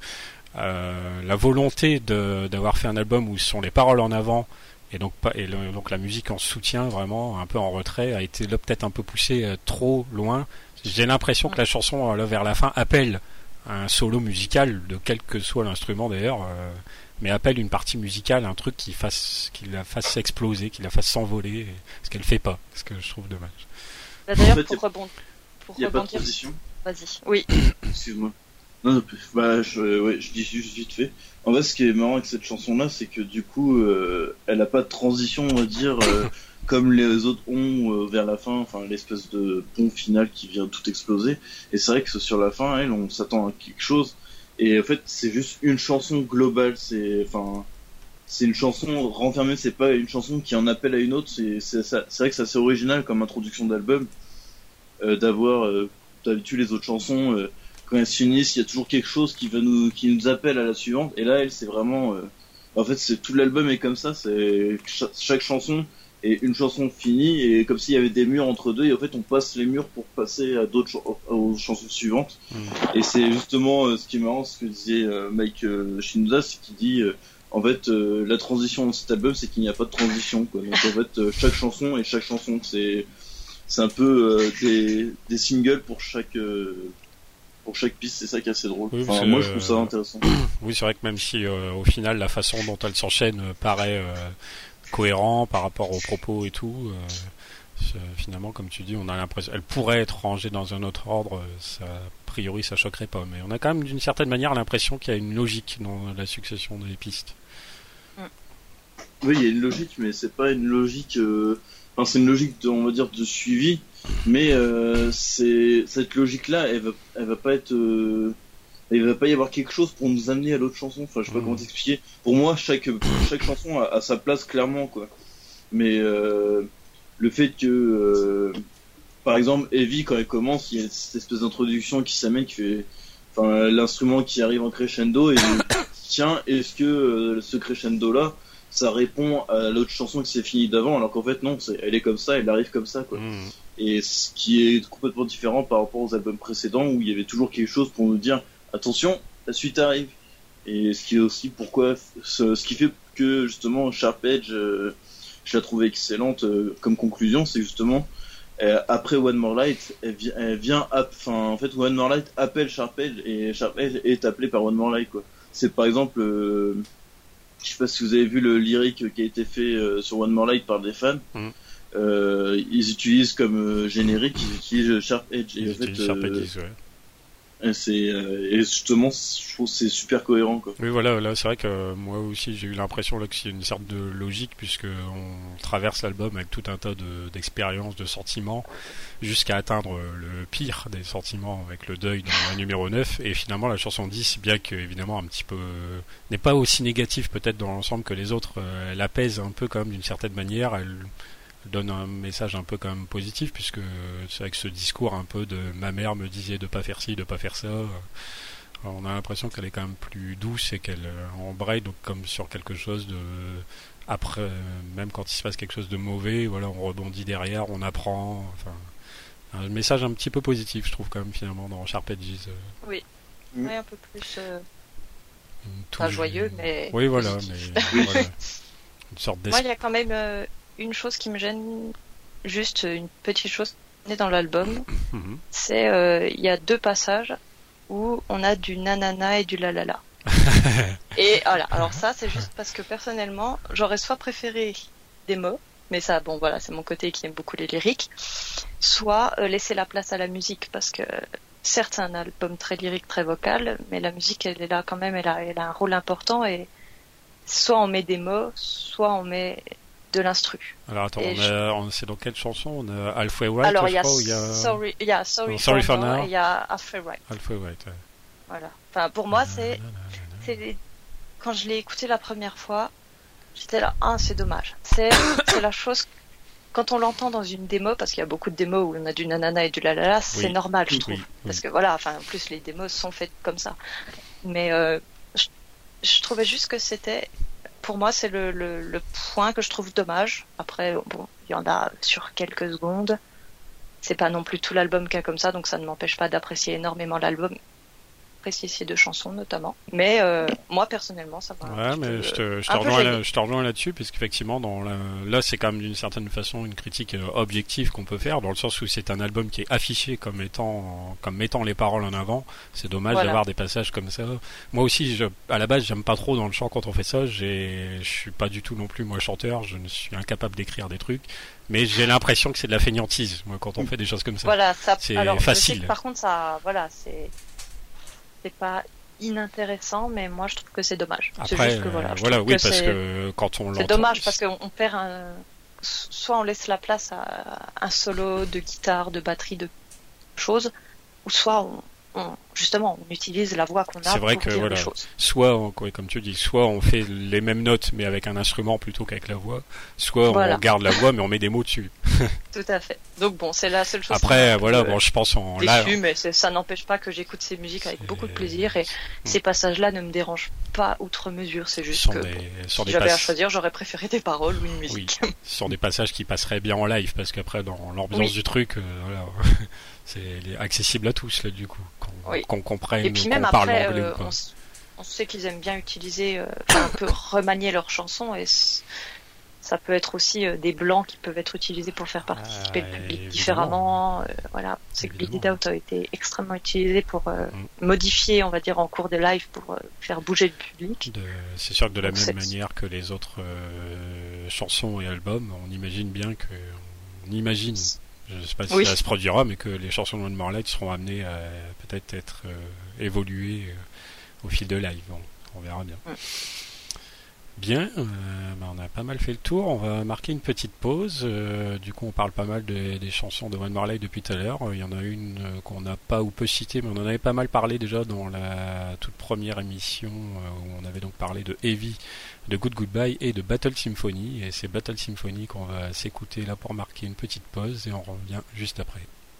la volonté d'avoir fait un album où ce sont les paroles en avant, et donc la musique en soutien, vraiment un peu en retrait, a été là peut-être un peu poussée trop loin. J'ai l'impression que la chanson là vers la fin appelle un solo musical, de quel que soit l'instrument d'ailleurs, mais appelle une partie musicale, un truc qui la fasse exploser, qui la fasse s'envoler, ce qu'elle fait pas, ce que je trouve dommage. D'ailleurs, en fait, pour rebondir, pas de transition. Vas-y. Oui. Excuse-moi. Non, je dis juste vite fait. En fait, ce qui est marrant avec cette chanson-là, c'est que du coup, elle a pas de transition, on va dire, comme les autres ont vers la fin, enfin l'espèce de pont final qui vient tout exploser. Et c'est vrai que sur la fin, on s'attend à quelque chose. Et en fait, c'est juste une chanson globale. C'est une chanson renfermée. C'est pas une chanson qui en appelle à une autre. C'est vrai que c'est assez original comme introduction d'album, d'avoir d'habitude les autres chansons. Quand elles se finissent, il y a toujours quelque chose qui nous appelle à la suivante. Et là, c'est vraiment, en fait, c'est tout l'album est comme ça. C'est chaque chanson est une chanson finie, et comme s'il y avait des murs entre deux. Et en fait, on passe les murs pour passer à aux chansons suivantes. Et c'est justement ce qui est marrant, ce que disait Mike Shinoda, c'est qu'il dit, en fait, la transition dans cet album, c'est qu'il n'y a pas de transition, quoi. Donc en fait, chaque chanson, c'est un peu des singles pour chaque piste, c'est ça qui est assez drôle. Oui, moi je trouve ça intéressant. Oui, c'est vrai que même si au final la façon dont elle s'enchaîne paraît cohérent par rapport aux propos et tout, finalement comme tu dis, on a l'impression elle pourrait être rangée dans un autre ordre, a priori ça choquerait pas, mais on a quand même d'une certaine manière l'impression qu'il y a une logique dans la succession des pistes. Oui, il y a une logique, mais c'est pas une logique c'est une logique on va dire de suivi, mais cette logique là elle va pas être il va pas y avoir quelque chose pour nous amener à l'autre chanson. Enfin, je sais pas comment t'expliquer. Pour moi, chaque chanson a sa place clairement, quoi. Mais le fait que, par exemple, Heavy, quand elle commence, il y a cette espèce d'introduction qui s'amène, qui fait, enfin, l'instrument qui arrive en crescendo et tiens, est-ce que ce crescendo-là, ça répond à l'autre chanson qui s'est finie d'avant, alors qu'en fait non, elle est comme ça, elle arrive comme ça, quoi. Et ce qui est complètement différent par rapport aux albums précédents où il y avait toujours quelque chose pour nous dire attention, la suite arrive. Et ce qui est aussi ce qui fait que justement Sharp Edge, je la trouve excellente comme conclusion, c'est justement après One More Light, elle vient, enfin en fait One More Light appelle Sharp Edge et Sharp Edge est appelé par One More Light, quoi. C'est par exemple, je sais pas si vous avez vu le lyrique qui a été fait sur One More Light par des fans. Ils utilisent comme générique, ils utilisent Sharp Edge. Et en fait, Sharp Edge, ouais. Et justement, je trouve que c'est super cohérent, quoi. Oui, voilà, là, c'est vrai que moi aussi j'ai eu l'impression là qu'il y a une sorte de logique puisque on traverse l'album avec tout un tas d'expériences, de sentiments, jusqu'à atteindre le pire des sentiments avec le deuil dans la numéro 9 et finalement la chanson 10, bien que évidemment un petit peu n'est pas aussi négative peut-être dans l'ensemble que les autres, elle apaise un peu quand même d'une certaine manière, elle donne un message un peu quand même positif puisque c'est avec ce discours un peu de ma mère me disait de pas faire ci, de pas faire ça. On a l'impression qu'elle est quand même plus douce et qu'elle embraye donc comme sur quelque chose de après, même quand il se passe quelque chose de mauvais, voilà, on rebondit derrière, on apprend. Enfin, un message un petit peu positif, je trouve quand même finalement dans Sharp Edges. Oui, un peu plus pas joyeux, mais oui, voilà, mais voilà, une sorte moi, il y a quand même une chose qui me gêne, juste une petite chose dans l'album, c'est il y a 2 passages où on a du nanana et du lalala. Et voilà, alors ça c'est juste parce que personnellement j'aurais soit préféré des mots, mais ça bon voilà c'est mon côté qui aime beaucoup les lyriques, soit laisser la place à la musique parce que certes c'est un album très lyrique, très vocal, mais la musique elle est là quand même, elle a un rôle important et soit on met des mots, soit on met de l'instru. Alors attends, c'est dans quelle chanson? On a Halfway Right. Alors il y a Sorry for Now et il y a Halfway Right. Halfway Right. Ouais. Voilà. Enfin pour moi c'est quand je l'ai écouté la première fois, j'étais là c'est dommage. C'est la chose quand on l'entend dans une démo parce qu'il y a beaucoup de démos où on a du nanana et du lalala, c'est normal je trouve parce que voilà, enfin en plus les démos sont faites comme ça. Mais je trouvais juste que c'était pour moi, c'est le point que je trouve dommage. Après, bon, il y en a sur quelques secondes. C'est pas non plus tout l'album qu'il y a comme ça, donc ça ne m'empêche pas d'apprécier énormément l'album. Apprécier ces 2 chansons notamment. Mais moi, personnellement, ça va. Ouais, mais je te rejoins là-dessus, puisqu'effectivement, là, c'est quand même d'une certaine façon une critique objective qu'on peut faire, dans le sens où c'est un album qui est affiché comme mettant les paroles en avant. C'est dommage d'avoir des passages comme ça. Moi aussi, à la base, j'aime pas trop dans le chant quand on fait ça. Je suis pas du tout non plus moi chanteur. Je ne suis incapable d'écrire des trucs. Mais j'ai l'impression que c'est de la fainéantise, moi, quand on fait des choses comme ça. Voilà, c'est alors, facile. Par contre, ça, voilà, c'est pas inintéressant, mais moi je trouve que c'est dommage. Après, c'est juste que oui, parce que quand on l'entend, c'est dommage parce qu'on perd soit on laisse la place à un solo de guitare, de batterie, de choses, ou soit justement on utilise la voix qu'on a pour dire les choses. Soit, comme tu dis, soit on fait les mêmes notes mais avec un instrument plutôt qu'avec la voix, soit on garde la voix mais on met des mots dessus. Tout à fait. Donc bon, c'est la seule chose. Après, je pense en live, mais ça n'empêche pas que j'écoute ces musiques avec beaucoup de plaisir et ces passages-là ne me dérangent pas outre mesure. C'est juste que si j'avais à choisir, j'aurais préféré des paroles ou une musique. Oui. Ce sont des passages qui passeraient bien en live parce qu'après dans l'ambiance du truc, c'est accessible à tous là du coup, qu'on comprenne. Et puis même parle après, anglais. On sait qu'ils aiment bien utiliser, un peu remanier leurs chansons et ça peut être aussi des blancs qui peuvent être utilisés pour faire participer le public différemment. Voilà, c'est que Bleed It Out a été extrêmement utilisé pour modifier, on va dire, en cours des lives pour faire bouger le public. C'est sûr que de la même manière que les autres chansons et albums, on imagine bien que je ne sais pas si ça se produira, mais que les chansons de One More Light seront amenées à peut-être être évoluées au fil de live. Bon, on verra bien. Bien, on a pas mal fait le tour. On va marquer une petite pause. Du coup, on parle pas mal des chansons de One More Light depuis tout à l'heure. Il y en a une qu'on n'a pas ou peu citée, mais on en avait pas mal parlé déjà dans la toute première émission où on avait donc parlé de Heavy, de Good Goodbye et de Battle Symphony. Et c'est Battle Symphony qu'on va s'écouter là pour marquer une petite pause et on revient juste après.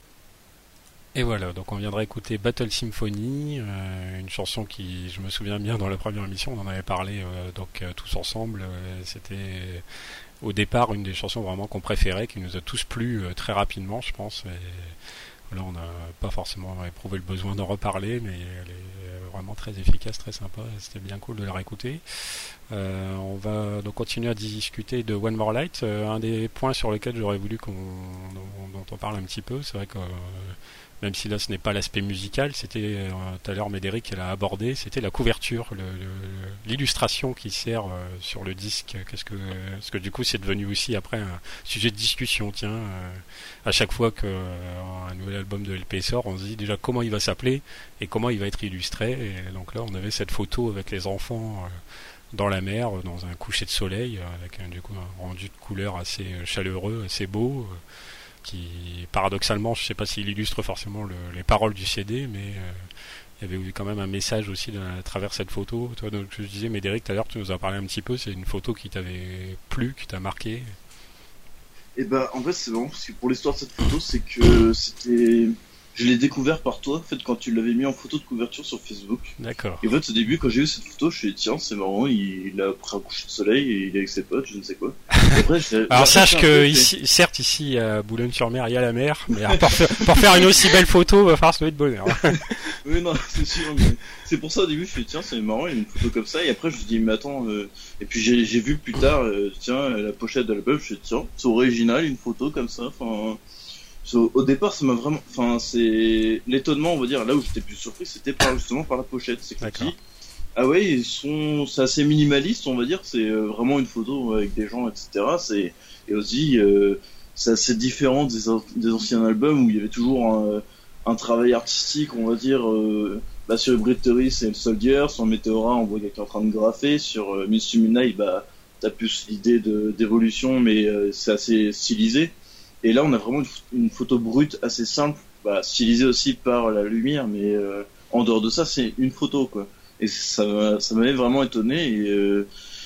Et voilà, donc on viendra écouter Battle Symphony, une chanson qui, je me souviens bien, dans la première émission, on en avait parlé tous ensemble. C'était au départ une des chansons vraiment qu'on préférait, qui nous a tous plu très rapidement, je pense. Et là, on n'a pas forcément éprouvé le besoin d'en reparler, mais elle est vraiment très efficace, très sympa. C'était bien cool de la réécouter. On va donc continuer à discuter de One More Light. Un des points sur lesquels j'aurais voulu dont on parle un petit peu, c'est vrai que même si là ce n'est pas l'aspect musical, c'était tout à l'heure Médéric elle a abordé, c'était la couverture, l'illustration qui sert sur le disque. Parce que du coup c'est devenu aussi après un sujet de discussion. Tiens, à chaque fois qu'un nouvel album de LP sort, on se dit déjà comment il va s'appeler et comment il va être illustré. Et donc là on avait cette photo avec les enfants dans la mer, dans un coucher de soleil, avec du coup un rendu de couleur assez chaleureux, assez beau. Qui paradoxalement, je ne sais pas s'il illustre forcément les paroles du CD, mais il y avait eu quand même un message aussi à travers cette photo. Toi, donc, je disais, Médéric, tout à l'heure, tu nous as parlé un petit peu, c'est une photo qui t'avait plu, qui t'a marqué. Et bah, en fait, c'est marrant parce que pour l'histoire de cette photo, c'est que je l'ai découvert par toi, en fait, quand tu l'avais mis en photo de couverture sur Facebook. D'accord. Et en fait, au début, quand j'ai vu cette photo, je me suis dit, tiens, c'est marrant, il a pris un coucher de soleil et il est avec ses potes, je ne sais quoi. Et après, alors, sache que ici, certes, ici, à Boulogne-sur-Mer, il y a la mer, mais pour faire une aussi belle photo, il va falloir se lever de bonheur. Oui, non, c'est sûr, mais c'est pour ça, au début, je me suis dit, tiens, c'est marrant, il y a une photo comme ça, et après, je me suis dit, mais attends, et puis j'ai vu plus tard, tiens, la pochette de l'album, je me suis dit, tiens, c'est original, une photo comme ça, enfin, au départ, ça m'a vraiment, enfin, c'est l'étonnement, on va dire, là où j'étais plus surpris, c'était justement par la pochette, c'est que je me dis, ah ouais, c'est assez minimaliste, on va dire, c'est vraiment une photo avec des gens, etc. Et aussi, c'est assez différent des anciens albums où il y avait toujours un travail artistique, on va dire. Sur Breathery, c'est le Soldier, sur Meteora, on voit quelqu'un en train de graffer, sur Miss Humanite, t'as plus l'idée d'évolution, mais c'est assez stylisé. Et là, on a vraiment une photo brute, assez simple, stylisée aussi par la lumière, mais en dehors de ça, c'est une photo, quoi. Et ça m'avait vraiment étonné, et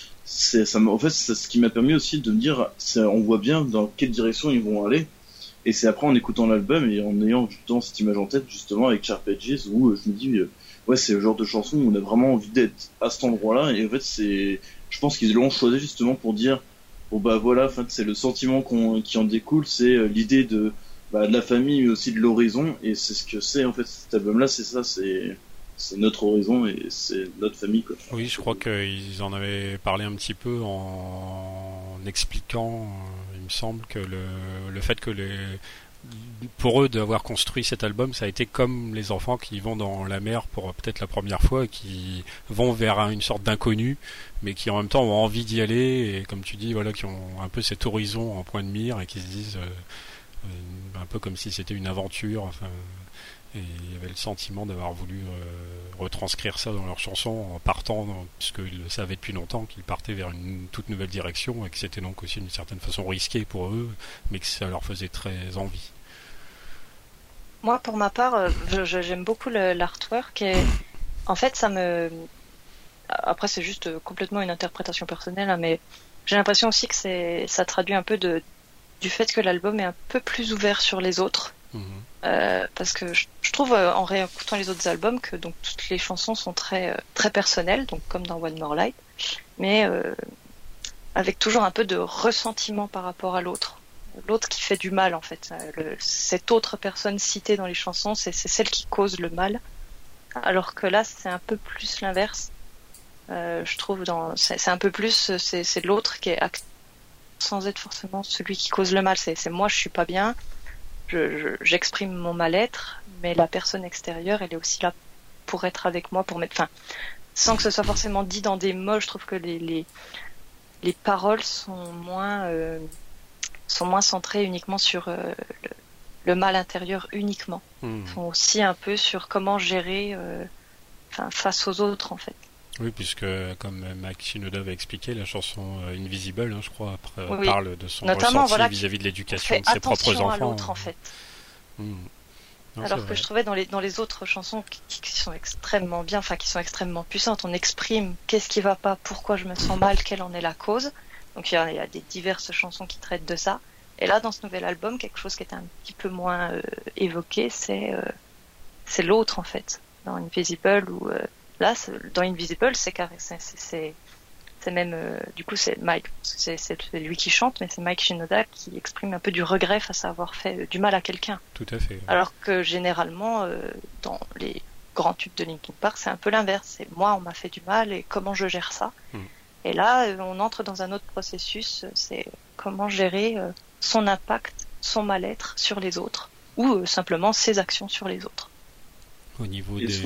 en fait, c'est ce qui m'a permis aussi de me dire, on voit bien dans quelle direction ils vont aller. Et c'est après en écoutant l'album et en ayant justement cette image en tête, justement avec Sharp Edges, où je me dis, ouais, c'est le genre de chanson où on a vraiment envie d'être à cet endroit-là. Et en fait, je pense qu'ils l'ont choisi justement pour dire, bon voilà, en fait, c'est le sentiment qui en découle, c'est l'idée de la famille, mais aussi de l'horizon. Et c'est ce que c'est en fait cet album-là, c'est ça, c'est notre horizon et c'est notre famille, quoi. Oui, je crois qu'ils en avaient parlé un petit peu en expliquant, il me semble, que le fait que pour eux d'avoir construit cet album, ça a été comme les enfants qui vont dans la mer pour peut-être la première fois et qui vont vers une sorte d'inconnu, mais qui en même temps ont envie d'y aller et comme tu dis, voilà, qui ont un peu cet horizon en point de mire et qui se disent un peu comme si c'était une aventure, enfin. Et il y avait le sentiment d'avoir voulu retranscrire ça dans leurs chansons en partant, puisqu'ils le savaient depuis longtemps, qu'ils partaient vers une toute nouvelle direction et que c'était donc aussi d'une certaine façon risqué pour eux, mais que ça leur faisait très envie. Moi, pour ma part, j'aime beaucoup l'artwork et en fait, après, c'est juste complètement une interprétation personnelle, hein, mais j'ai l'impression aussi que ça traduit un peu du fait que l'album est un peu plus ouvert sur les autres. Parce que je trouve en réécoutant les autres albums que donc toutes les chansons sont très très personnelles, donc comme dans One More Light, mais avec toujours un peu de ressentiment par rapport à l'autre qui fait du mal en fait. Cette autre personne citée dans les chansons, c'est celle qui cause le mal, alors que là c'est un peu plus l'inverse. Je trouve c'est un peu plus c'est l'autre qui est sans être forcément celui qui cause le mal. C'est moi, je suis pas bien. J'exprime mon mal-être, mais la personne extérieure, elle est aussi là pour être avec moi, sans que ce soit forcément dit dans des mots. Je trouve que les paroles sont moins centrées uniquement sur le mal intérieur uniquement. Sont aussi un peu sur comment gérer face aux autres en fait. Oui, puisque comme Mike Shinoda avait expliqué, la chanson Invisible, je crois, Oui. parle de son Notamment, ressenti voilà, vis-à-vis de l'éducation fait de ses propres attention à enfants. l'autre, en fait. Non, Alors que je trouvais dans les autres chansons qui sont extrêmement bien, enfin qui sont extrêmement puissantes, on exprime qu'est-ce qui va pas, pourquoi je me sens mal, quelle en est la cause. Donc il y a des diverses chansons qui traitent de ça. Et là, dans ce nouvel album, quelque chose qui était un petit peu moins évoqué, c'est l'autre en fait. Dans Invisible, où là, dans Invisible, c'est même du coup c'est Mike, c'est lui qui chante, mais c'est Mike Shinoda qui exprime un peu du regret face à avoir fait du mal à quelqu'un. Tout à fait. Alors que généralement, dans les grands tubes de Linkin Park, c'est un peu l'inverse. C'est moi, on m'a fait du mal et comment je gère ça. Et là, on entre dans un autre processus. C'est comment gérer son impact, son mal-être sur les autres, ou simplement ses actions sur les autres. Au niveau Est-ce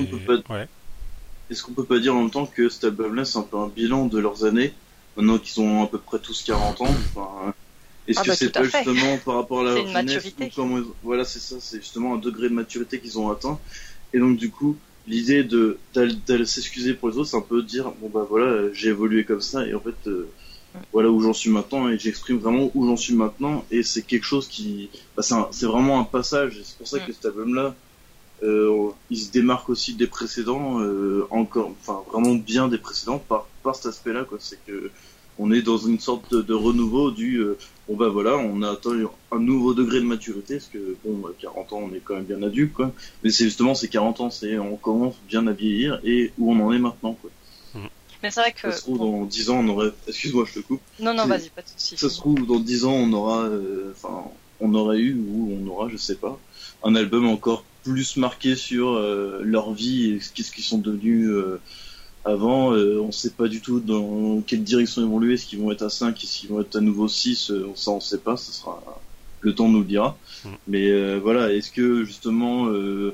qu'on peut pas dire en même temps que cet album-là, c'est un peu un bilan de leurs années, maintenant qu'ils ont à peu près tous 40 ans. Est-ce que c'est pas justement par rapport à leur jeunesse, voilà, c'est ça, c'est justement un degré de maturité qu'ils ont atteint. Et donc du coup, l'idée d'aller s'excuser pour les autres, c'est un peu dire bon bah voilà, j'ai évolué comme ça et en fait voilà où j'en suis maintenant et j'exprime vraiment où j'en suis maintenant et c'est quelque chose qui c'est vraiment un passage et c'est pour ça que cet album-là il se démarque aussi des précédents vraiment bien des précédents par cet aspect-là quoi. C'est que on est dans une sorte de renouveau bon bah voilà, on a atteint un nouveau degré de maturité parce que bon 40 ans on est quand même bien adulte quoi, mais c'est justement ces 40 ans on commence bien à vieillir et où on en est maintenant quoi. Mais c'est vrai que ça se trouve dans 10 ans on aurait, excuse-moi je te coupe, non vas-y, pas de soucis. Ça se trouve dans 10 ans on aura on aurait eu ou on aura je sais pas un album encore plus marqué sur leur vie et qu'est-ce qu'ils sont devenus avant, on sait pas du tout dans quelle direction évoluer, est-ce qu'ils vont être à 5, est-ce qu'ils vont être à nouveau 6, ça on sait pas, ça sera le temps nous le dira. Mais voilà, est-ce que justement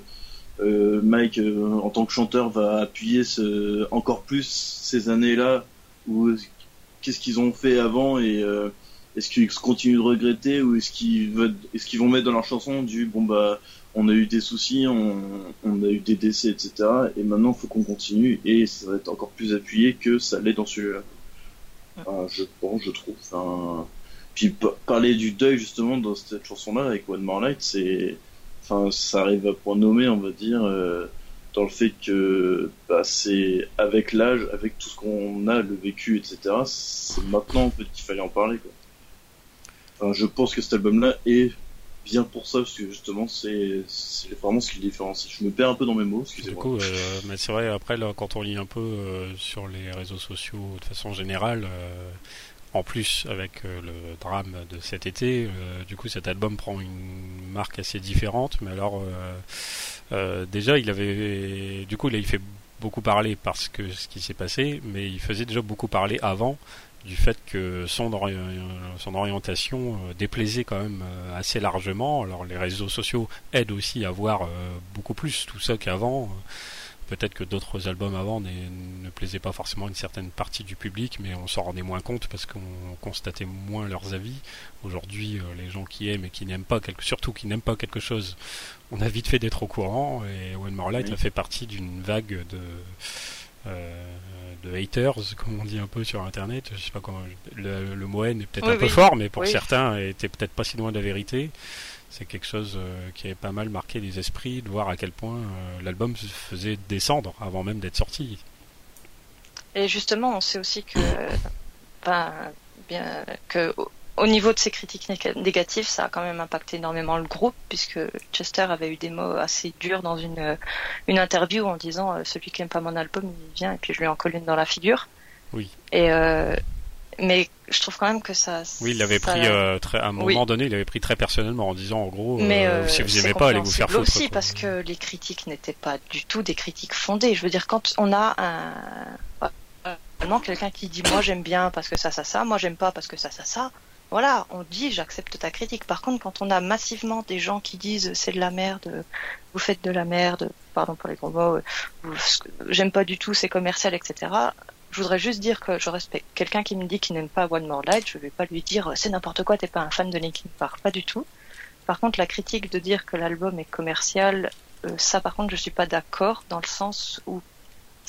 Mike en tant que chanteur va appuyer encore plus ces années-là ou qu'est-ce qu'ils ont fait avant et est-ce qu'ils continuent de regretter ou est-ce qu'ils vont mettre dans leur chanson du bon bah on a eu des soucis, on a eu des décès, etc. Et maintenant, il faut qu'on continue et ça va être encore plus appuyé que ça l'est dans celui-là. Je trouve. Puis parler du deuil justement dans cette chanson-là avec One More Light, ça arrive à point nommé, on va dire, dans le fait que c'est avec l'âge, avec tout ce qu'on a, le vécu, etc. C'est maintenant en fait qu'il fallait en parler, quoi. Je pense que cet album-là est bien pour ça parce que justement c'est vraiment ce qui le différencie. Je me perds un peu dans mes mots, excusez-moi. Du coup, mais c'est vrai après là quand on lit un peu sur les réseaux sociaux de façon générale, en plus avec le drame de cet été, du coup cet album prend une marque assez différente. Mais alors déjà il fait beaucoup parler parce que ce qui s'est passé, mais il faisait déjà beaucoup parler avant du fait que son orientation déplaisait quand même assez largement. Alors les réseaux sociaux aident aussi à voir beaucoup plus tout ça qu'avant. Peut-être que d'autres albums avant ne plaisaient pas forcément à une certaine partie du public, mais on s'en rendait moins compte parce qu'on constatait moins leurs avis. Aujourd'hui, les gens qui aiment et qui n'aiment pas surtout qui n'aiment pas quelque chose, on a vite fait d'être au courant, et One More Light a fait partie d'une vague de haters, comme on dit un peu sur internet. Je sais pas comment le mot haine est peut-être un peu fort, mais pour certains était peut-être pas si loin de la vérité. C'est quelque chose qui avait pas mal marqué les esprits, de voir à quel point l'album se faisait descendre avant même d'être sorti. Et justement, on sait aussi que au niveau de ces critiques négatives, ça a quand même impacté énormément le groupe, puisque Chester avait eu des mots assez durs dans une interview en disant celui qui aime pas mon album, il vient et puis je lui en colle une dans la figure. Oui. Et mais je trouve quand même que ça. Oui, il l'avait pris à un moment donné, il l'avait pris très personnellement en disant en gros, si vous aimez pas, allez vous faire foutre. Aussi parce que les critiques n'étaient pas du tout des critiques fondées. Je veux dire, quand on a quelqu'un qui dit moi j'aime bien parce que ça, moi j'aime pas parce que ça. Voilà, on dit j'accepte ta critique. Par contre, quand on a massivement des gens qui disent c'est de la merde, vous faites de la merde, pardon pour les gros mots, j'aime pas du tout, c'est commercial, etc. Je voudrais juste dire que je respecte quelqu'un qui me dit qu'il n'aime pas One More Light. Je vais pas lui dire c'est n'importe quoi, t'es pas un fan de Linkin Park, pas du tout. Par contre, la critique de dire que l'album est commercial, ça par contre je suis pas d'accord, dans le sens où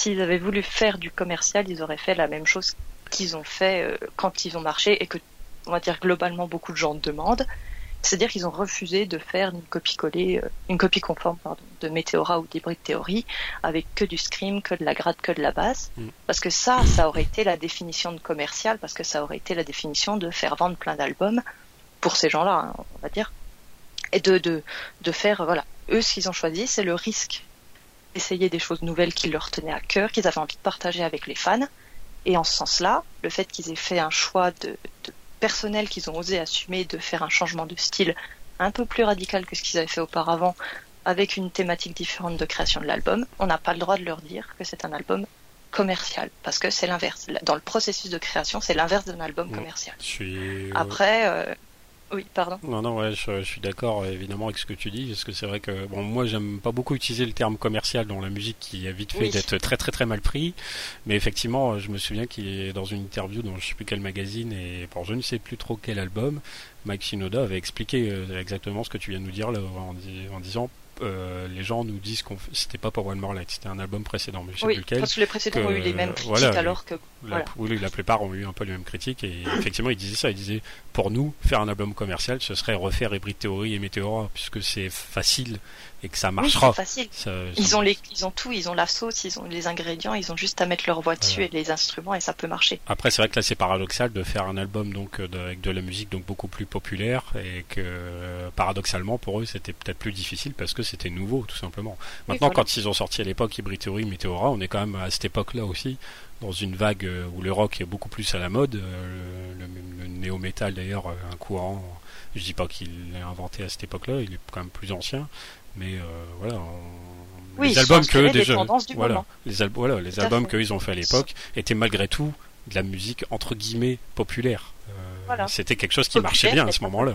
s'ils avaient voulu faire du commercial, ils auraient fait la même chose qu'ils ont fait quand ils ont marché et que, on va dire, globalement beaucoup de gens demandent. C'est-à-dire qu'ils ont refusé de faire une copie conforme, de Meteora ou d'Hybrid Theory, avec que du scream, que de la grade, que de la basse. Parce que ça aurait été la définition de commercial, parce que ça aurait été la définition de faire vendre plein d'albums pour ces gens-là, hein, on va dire. Et de faire, voilà. Eux, ce qu'ils ont choisi, c'est le risque d'essayer des choses nouvelles qui leur tenaient à cœur, qu'ils avaient envie de partager avec les fans. Et en ce sens-là, le fait qu'ils aient fait un choix de personnel, qu'ils ont osé assumer de faire un changement de style un peu plus radical que ce qu'ils avaient fait auparavant, avec une thématique différente de création de l'album, on n'a pas le droit de leur dire que c'est un album commercial, parce que c'est l'inverse. Dans le processus de création, c'est l'inverse d'un album commercial. Après, oui, pardon. Non, ouais, je suis d'accord évidemment avec ce que tu dis, parce que c'est vrai que moi j'aime pas beaucoup utiliser le terme commercial dans la musique qui a vite fait d'être très très très mal pris, mais effectivement je me souviens qu'il est dans une interview dans je sais plus quel magazine et je ne sais plus trop quel album, Mike Shinoda avait expliqué exactement ce que tu viens de nous dire là en disant les gens nous disent que c'était pas pour One More Light, c'était un album précédent, mais je sais plus lequel. Parce que les précédents ont eu les mêmes critiques, alors que la plupart ont eu un peu les mêmes critiques, et effectivement ils disaient ça, ils disaient pour nous faire un album commercial ce serait refaire Hybrid Theory et Meteora, puisque c'est facile et que ça marchera. Oui, c'est facile. Ils ont tout, ils ont la sauce, ils ont les ingrédients, ils ont juste à mettre leur voix dessus et les instruments et ça peut marcher. Après c'est vrai que là c'est paradoxal de faire un album donc avec de la musique donc beaucoup plus populaire, et que paradoxalement pour eux c'était peut-être plus difficile parce que c'était nouveau tout simplement. Maintenant quand ils ont sorti à l'époque Hybrid Theory, Meteora, on est quand même à cette époque-là aussi dans une vague où le rock est beaucoup plus à la mode, le néo-metal d'ailleurs un courant, je dis pas qu'il l'a inventé à cette époque-là, il est quand même plus ancien, mais les albums que les albums qu'ils ont fait à l'époque étaient malgré tout de la musique entre guillemets populaire. C'était quelque chose qui marchait bien à ce moment-là.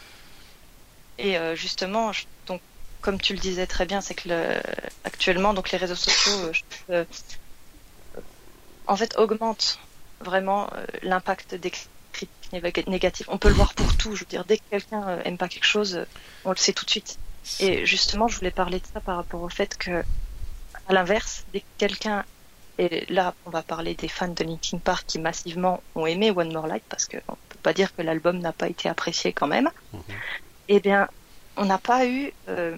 Et justement, donc comme tu le disais très bien, c'est que actuellement donc les réseaux sociaux en fait augmentent vraiment l'impact des critiques négatives. On peut le voir pour tout, je veux dire, dès que quelqu'un aime pas quelque chose, on le sait tout de suite. Et justement, je voulais parler de ça par rapport au fait que, à l'inverse, dès que quelqu'un, et là, on va parler des fans de Linkin Park qui massivement ont aimé One More Light, parce qu'on peut pas dire que l'album n'a pas été apprécié quand même. Eh bien, on n'a pas eu,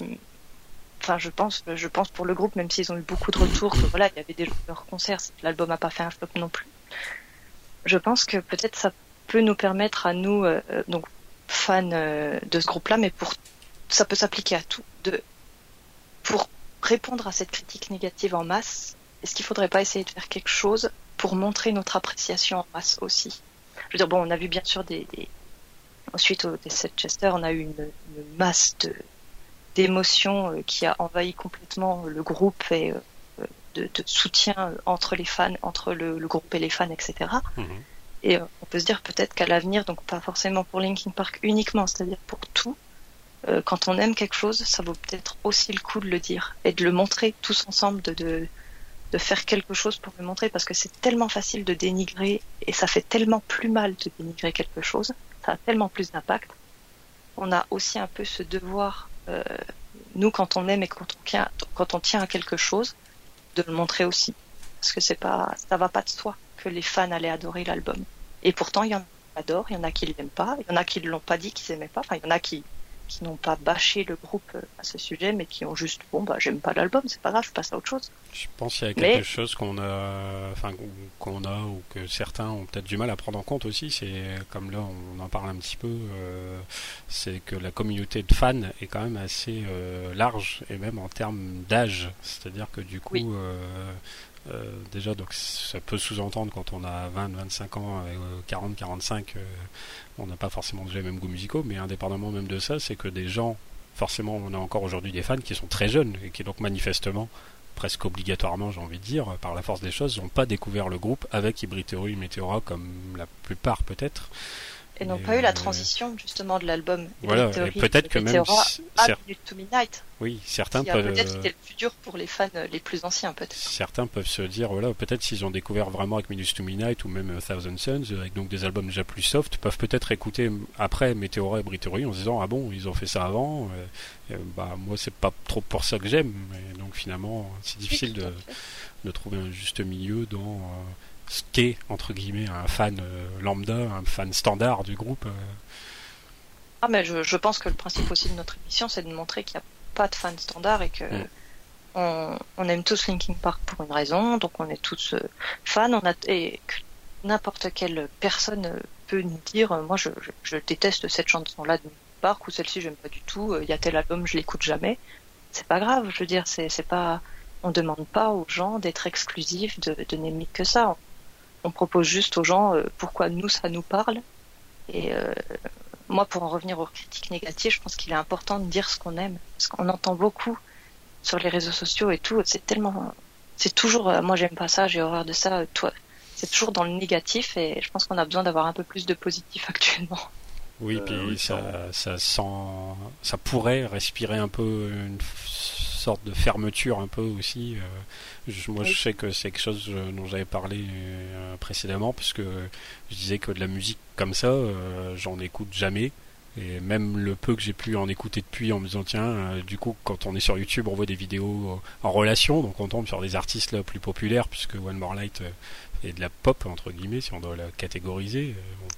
je pense pour le groupe, même s'ils ont eu beaucoup de retours, que voilà, il y avait des gens de leur concert, l'album n'a pas fait un flop non plus. Je pense que peut-être ça peut nous permettre à nous, donc fans de ce groupe-là, mais ça peut s'appliquer à tout. Pour répondre à cette critique négative en masse, est-ce qu'il faudrait pas essayer de faire quelque chose pour montrer notre appréciation en masse aussi? Je veux dire, on a vu bien sûr ensuite au Death Chester, on a eu une masse d'émotions qui a envahi complètement le groupe et de soutien entre les fans, entre le groupe et les fans, etc. Et on peut se dire peut-être qu'à l'avenir, donc pas forcément pour Linkin Park uniquement, c'est-à-dire pour tout, quand on aime quelque chose, ça vaut peut-être aussi le coup de le dire et de le montrer tous ensemble, de faire quelque chose pour le montrer, parce que c'est tellement facile de dénigrer et ça fait tellement plus mal de dénigrer quelque chose, ça a tellement plus d'impact. On a aussi un peu ce devoir, nous quand on aime et quand on tient à quelque chose, de le montrer aussi, parce que ça va pas de soi que les fans allaient adorer l'album. Et pourtant, il y en a qui adorent, il y en a qui l'aiment pas, il y en a qui ne l'ont pas dit qu'ils aimaient pas, il y en a qui n'ont pas bâché le groupe à ce sujet, mais qui ont juste, j'aime pas l'album, c'est pas grave, je passe à autre chose. Je pense qu'il y a quelque chose qu'on a ou que certains ont peut-être du mal à prendre en compte aussi, c'est, comme là on en parle un petit peu, c'est que la communauté de fans est quand même assez large, et même en termes d'âge, c'est-à-dire que du coup, déjà, donc ça peut sous-entendre quand on a 20, 25 ans, 40, 45, on n'a pas forcément déjà les mêmes goûts musicaux, mais indépendamment même de ça, c'est que des gens, forcément on a encore aujourd'hui des fans qui sont très jeunes et qui donc manifestement, presque obligatoirement j'ai envie de dire, par la force des choses, n'ont pas découvert le groupe avec Hybrid Theory, Meteora comme la plupart peut-être. Et n'ont pas eu la transition justement de l'album. Voilà, et peut-être que même à Minute to Midnight. Oui, certains qui a peuvent. Peut-être été le plus dur pour les fans les plus anciens, peut-être. Certains peuvent se dire, voilà, peut-être s'ils ont découvert vraiment avec Minute to Midnight ou même Thousand Suns, avec donc des albums déjà plus soft, peuvent peut-être écouter après Meteora et Briterie en se disant, ah bon, ils ont fait ça avant. Bah moi, c'est pas trop pour ça que j'aime. Mais donc finalement, c'est difficile de trouver un juste milieu dans ce qu'est entre guillemets un fan lambda, un fan standard du groupe. Ah mais je pense que le principe aussi de notre émission, c'est de montrer qu'il n'y a pas de fan standard et que on aime tous Linkin Park pour une raison, donc on est tous fans. Et que n'importe quelle personne peut nous dire, moi je déteste cette chanson-là de Linkin Park ou celle-ci j'aime pas du tout. Il y a tel album je l'écoute jamais. C'est pas grave, je veux dire, c'est pas, on demande pas aux gens d'être exclusifs, de n'aimer que ça. On propose juste aux gens pourquoi nous ça nous parle. Et moi, pour en revenir aux critiques négatives, je pense qu'il est important de dire ce qu'on aime, parce qu'on entend beaucoup sur les réseaux sociaux et tout. C'est toujours, moi j'aime pas ça, j'ai horreur de ça. Toi, c'est toujours dans le négatif, et je pense qu'on a besoin d'avoir un peu plus de positif actuellement. Oui, puis ça pourrait respirer un peu une sorte de fermeture un peu aussi. Moi, je sais que c'est quelque chose dont j'avais parlé précédemment, parce que je disais que de la musique comme ça, j'en écoute jamais. Et même le peu que j'ai pu en écouter depuis, en me disant tiens, du coup, quand on est sur YouTube, on voit des vidéos en relation, donc on tombe sur des artistes là plus populaires, puisque One More Light est de la pop entre guillemets, si on doit la catégoriser.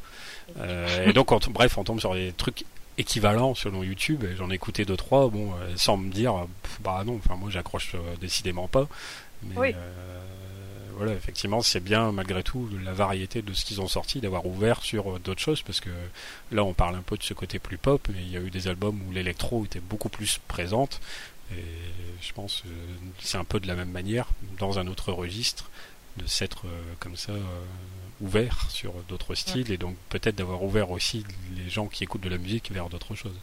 Et donc, on tombe sur des trucs équivalents selon YouTube, et j'en ai écouté 2-3, sans me dire bah non, enfin moi j'accroche décidément pas, mais oui. Voilà, effectivement c'est bien malgré tout la variété de ce qu'ils ont sorti, d'avoir ouvert sur d'autres choses, parce que là on parle un peu de ce côté plus pop, mais il y a eu des albums où l'électro était beaucoup plus présente, et je pense que c'est un peu de la même manière dans un autre registre de s'être comme ça ouvert sur d'autres styles, et donc peut-être d'avoir ouvert aussi les gens qui écoutent de la musique vers d'autres choses.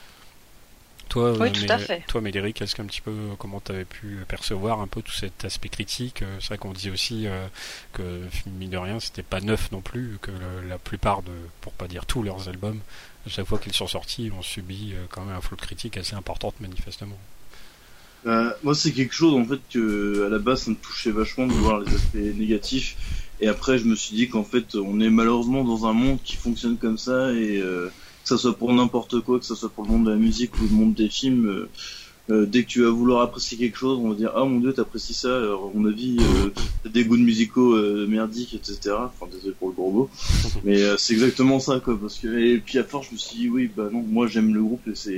Toi, oui, tout à fait. Toi, Médéric, est-ce qu'un petit peu comment tu avais pu percevoir un peu tout cet aspect critique? C'est vrai qu'on dit aussi que mine de rien, c'était pas neuf non plus, que la plupart pour pas dire tous leurs albums, à chaque fois qu'ils sont sortis, ont subi quand même un flot de critiques assez importante manifestement. Moi, c'est quelque chose en fait que à la base ça me touchait vachement de voir les aspects négatifs, et après je me suis dit qu'en fait on est malheureusement dans un monde qui fonctionne comme ça, et que ça soit pour n'importe quoi, que ça soit pour le monde de la musique ou le monde des films, dès que tu vas vouloir apprécier quelque chose, on va dire ah mon dieu t'apprécies ça, alors à mon avis t'as des goûts de musicaux merdiques, etc. Enfin désolé pour le gros mot, mais c'est exactement ça quoi, parce que et puis à force je me suis dit oui bah non, moi j'aime le groupe,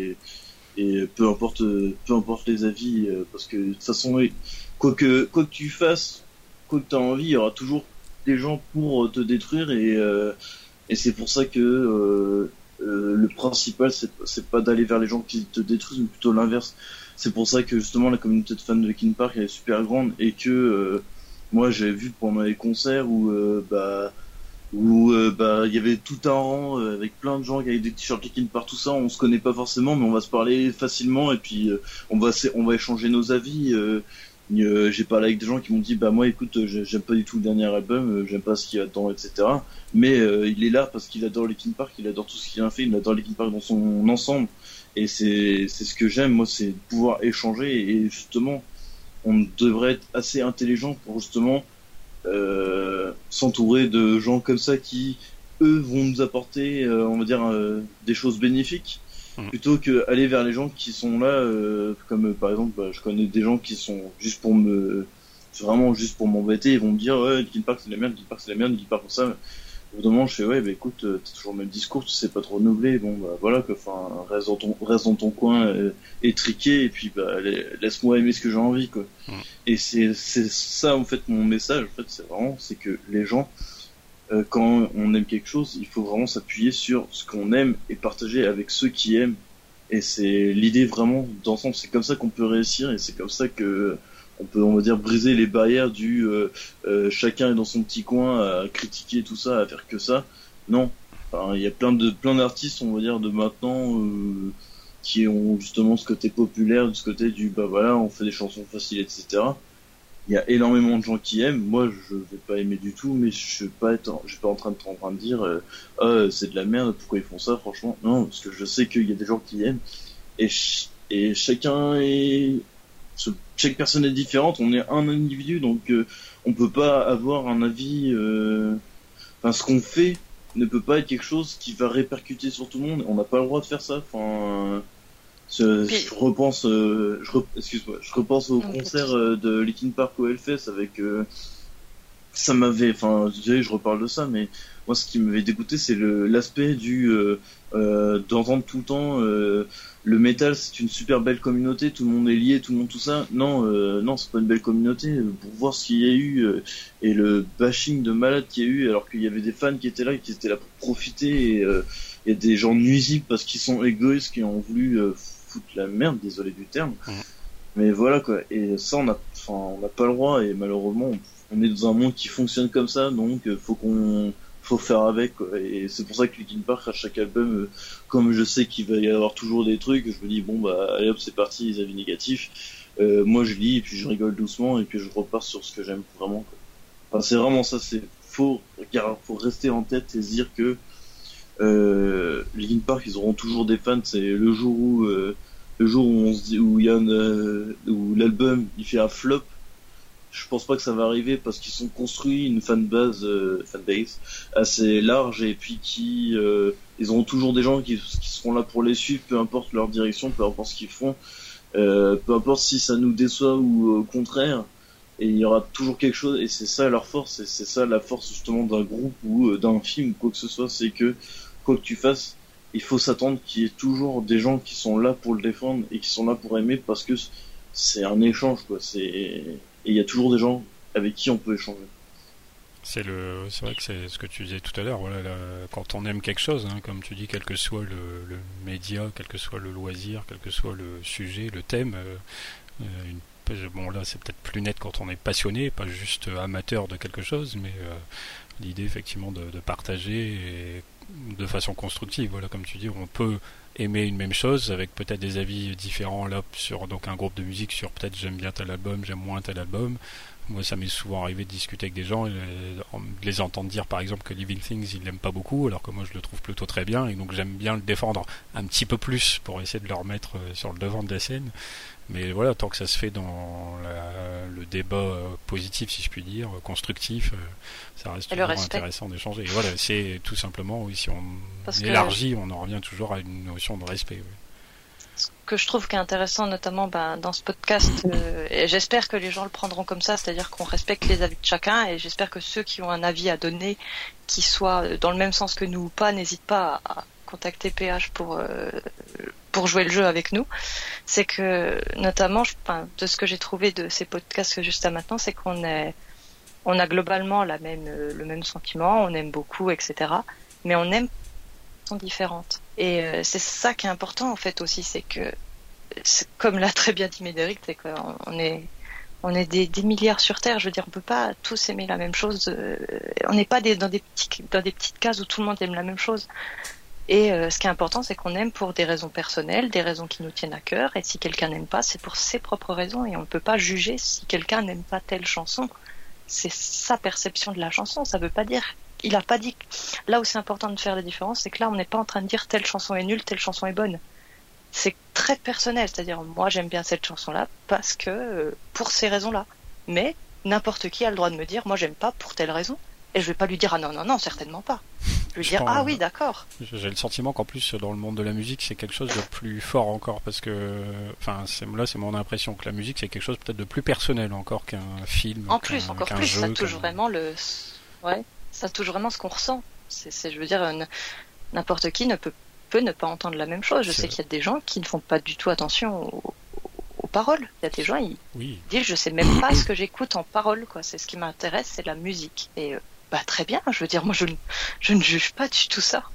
et peu importe les avis, parce que de toute façon quoi que tu fasses, quoi que t'as envie, il y aura toujours des gens pour te détruire, et c'est pour ça que le principal c'est pas d'aller vers les gens qui te détruisent, mais plutôt l'inverse. C'est pour ça que justement la communauté de fans de Linkin Park elle est super grande, et que moi j'ai vu pendant les concerts où il y avait tout un rang avec plein de gens qui avaient des t-shirts Linkin Park, tout ça, on se connaît pas forcément, mais on va se parler facilement, et puis on va échanger nos avis. J'ai parlé avec des gens qui m'ont dit bah moi écoute, j'aime pas du tout le dernier album, j'aime pas ce qu'il y a dedans, etc. Mais il est là parce qu'il adore Linkin Park, il adore tout ce qu'il a fait, il adore Linkin Park dans son ensemble, et c'est ce que j'aime moi, c'est de pouvoir échanger, et justement on devrait être assez intelligent pour justement s'entourer de gens comme ça qui eux vont nous apporter on va dire des choses bénéfiques, plutôt que aller vers les gens qui sont là comme par exemple je connais des gens qui sont juste pour m'embêter, ils vont me dire ouais Linkin Park c'est la merde, Linkin Park c'est la merde, Linkin Park pour ça. Au bout d'un moment je fais ouais bah écoute, t'as toujours le même discours, tu sais pas trop renouveler, bon bah voilà quoi, enfin reste dans ton coin étriqué, et puis bah laisse-moi aimer ce que j'ai envie quoi. Et c'est ça en fait mon message en fait, c'est que les gens quand on aime quelque chose, il faut vraiment s'appuyer sur ce qu'on aime et partager avec ceux qui aiment, et c'est l'idée vraiment d'ensemble, c'est comme ça qu'on peut réussir, et c'est comme ça que on peut, on va dire, briser les barrières du chacun est dans son petit coin à critiquer tout ça, à faire que ça. Non, enfin, il y a plein d'artistes, on va dire, de maintenant qui ont justement ce côté populaire, ce côté du bah voilà, on fait des chansons faciles, etc. il y a énormément de gens qui aiment. Moi, je vais pas aimer du tout, mais je suis pas en train de dire c'est de la merde, pourquoi ils font ça, franchement. Non, parce que je sais qu'il y a des gens qui aiment et chaque personne est différente. On est un individu, donc on peut pas avoir un avis. Enfin, ce qu'on fait ne peut pas être quelque chose qui va répercuter sur tout le monde. On n'a pas le droit de faire ça. Enfin. Je repense, excuse-moi, je repense au concert de Linkin Park au Hellfest avec, ça m'avait, enfin, je reparle de ça, mais moi, ce qui m'avait dégoûté, c'est l'aspect d'entendre tout le temps, le métal, c'est une super belle communauté, tout le monde est lié, tout le monde tout ça. Non, non, c'est pas une belle communauté. Pour voir ce qu'il y a eu et le bashing de malade qu'il y a eu, alors qu'il y avait des fans qui étaient là pour profiter et des gens nuisibles parce qu'ils sont égoïstes, qui ont voulu foutre la merde, désolé du terme. Mais voilà quoi. Et ça, on n'a pas le droit et malheureusement, on est dans un monde qui fonctionne comme ça, donc faut faire avec quoi. Et c'est pour ça que Linkin Park à chaque album, comme je sais qu'il va y avoir toujours des trucs, je me dis bon bah allez hop c'est parti les avis négatifs. Moi je lis et puis je rigole doucement et puis je repars sur ce que j'aime vraiment quoi. Enfin c'est vraiment ça, faut rester en tête et se dire que Linkin Park ils auront toujours des fans. C'est le jour où on se dit où l'album il fait un flop. Je pense pas que ça va arriver parce qu'ils sont construits une fanbase assez large et puis ils auront toujours des gens qui seront là pour les suivre, peu importe leur direction, peu importe ce qu'ils font, peu importe si ça nous déçoit ou au contraire. Et il y aura toujours quelque chose et c'est ça leur force et c'est ça la force justement d'un groupe ou d'un film ou quoi que ce soit, c'est que quoi que tu fasses, il faut s'attendre qu'il y ait toujours des gens qui sont là pour le défendre et qui sont là pour aimer parce que c'est un échange quoi. Et il y a toujours des gens avec qui on peut échanger. C'est vrai que c'est ce que tu disais tout à l'heure. Voilà, quand on aime quelque chose, hein, comme tu dis, quel que soit le média, quel que soit le loisir, quel que soit le sujet, le thème. Bon là, c'est peut-être plus net quand on est passionné, pas juste amateur de quelque chose, mais l'idée effectivement de partager et de façon constructive. Voilà, comme tu dis, on peut aimer une même chose avec peut-être des avis différents là sur donc un groupe de musique sur peut-être j'aime bien tel album, j'aime moins tel album. Moi ça m'est souvent arrivé de discuter avec des gens et de les entendre dire par exemple que Living Things ils l'aiment pas beaucoup alors que moi je le trouve plutôt très bien et donc j'aime bien le défendre un petit peu plus pour essayer de le remettre sur le devant de la scène. Mais voilà, tant que ça se fait dans le débat positif, si je puis dire, constructif, ça reste toujours intéressant d'échanger. Et voilà, c'est tout simplement, oui, si on élargit, on en revient toujours à une notion de respect. Oui. Ce que je trouve qui est intéressant, notamment dans ce podcast, et j'espère que les gens le prendront comme ça, c'est-à-dire qu'on respecte les avis de chacun, et j'espère que ceux qui ont un avis à donner, qui soit dans le même sens que nous ou pas, n'hésitent pas à contacter PH pour jouer le jeu avec nous. C'est que notamment de ce que j'ai trouvé de ces podcasts jusqu'à maintenant, c'est qu'on a globalement le même sentiment, on aime beaucoup, etc. Mais on aime sont différentes. Et c'est ça qui est important en fait aussi, c'est que comme l'a très bien dit Médéric, c'est qu'on est des milliards sur Terre. Je veux dire, on peut pas tous aimer la même chose. On n'est pas dans des petites cases où tout le monde aime la même chose. Et ce qui est important, c'est qu'on aime pour des raisons personnelles, des raisons qui nous tiennent à cœur. Et si quelqu'un n'aime pas, c'est pour ses propres raisons. Et on ne peut pas juger si quelqu'un n'aime pas telle chanson. C'est sa perception de la chanson. Ça veut pas dire. Il a pas dit. Là où c'est important de faire la différence, c'est que là, on n'est pas en train de dire telle chanson est nulle, telle chanson est bonne. C'est très personnel. C'est-à-dire, moi, j'aime bien cette chanson-là parce que pour ces raisons-là. Mais n'importe qui a le droit de me dire, moi, j'aime pas pour telle raison. Et je vais pas lui dire, ah non, certainement pas. Je vais dire, oui, d'accord. J'ai le sentiment qu'en plus, dans le monde de la musique, c'est quelque chose de plus fort encore, parce que, c'est mon impression que la musique, c'est quelque chose peut-être de plus personnel encore qu'un film. En plus, encore plus, ça touche vraiment ça touche vraiment ce qu'on ressent. Je veux dire, n'importe qui peut ne pas entendre la même chose. Je sais qu'il y a des gens qui ne font pas du tout attention aux paroles. Il y a des gens, ils disent, je sais même pas ce que j'écoute en paroles, quoi. C'est ce qui m'intéresse, c'est la musique. Et, très bien, je veux dire, moi je ne juge pas du tout ça.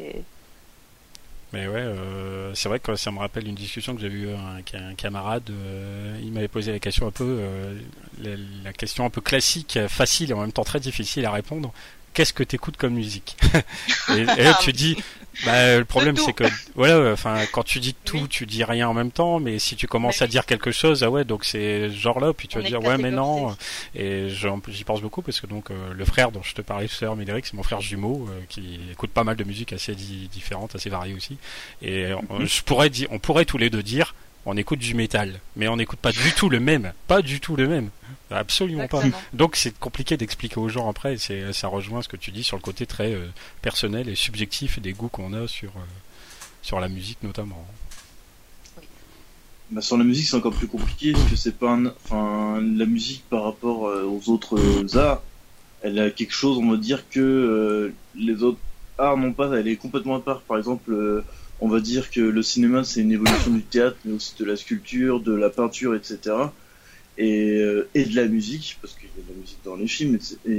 Mais ouais, c'est vrai que ça me rappelle une discussion que j'ai eue avec un camarade. Il m'avait posé la question un peu, la question un peu classique, facile et en même temps très difficile à répondre. Qu'est-ce que t'écoutes comme musique? Et là, tu dis, Le problème c'est que voilà, enfin quand tu dis tout, tu dis rien en même temps, mais si tu commences à dire quelque chose, ah ouais, donc c'est genre là, puis tu vas dire ouais mais non, et j'y pense beaucoup parce que donc le frère dont je te parlais tout à l'heure, Médéric, c'est mon frère jumeau qui écoute pas mal de musique assez différente, assez variée aussi, et on pourrait tous les deux dire on écoute du métal, mais on n'écoute pas du tout le même, absolument Exactement. pas. Donc c'est compliqué d'expliquer aux gens après. Ça rejoint ce que tu dis sur le côté très personnel et subjectif des goûts qu'on a sur la musique notamment. Bah, sur la musique, c'est encore plus compliqué parce que c'est pas la musique par rapport aux autres arts, elle a quelque chose, on va dire que les autres arts n'ont pas, elle est complètement à part. Par exemple, on va dire que le cinéma c'est une évolution du théâtre, mais aussi de la sculpture, de la peinture, etc. Et de la musique, parce qu'il y a de la musique dans les films,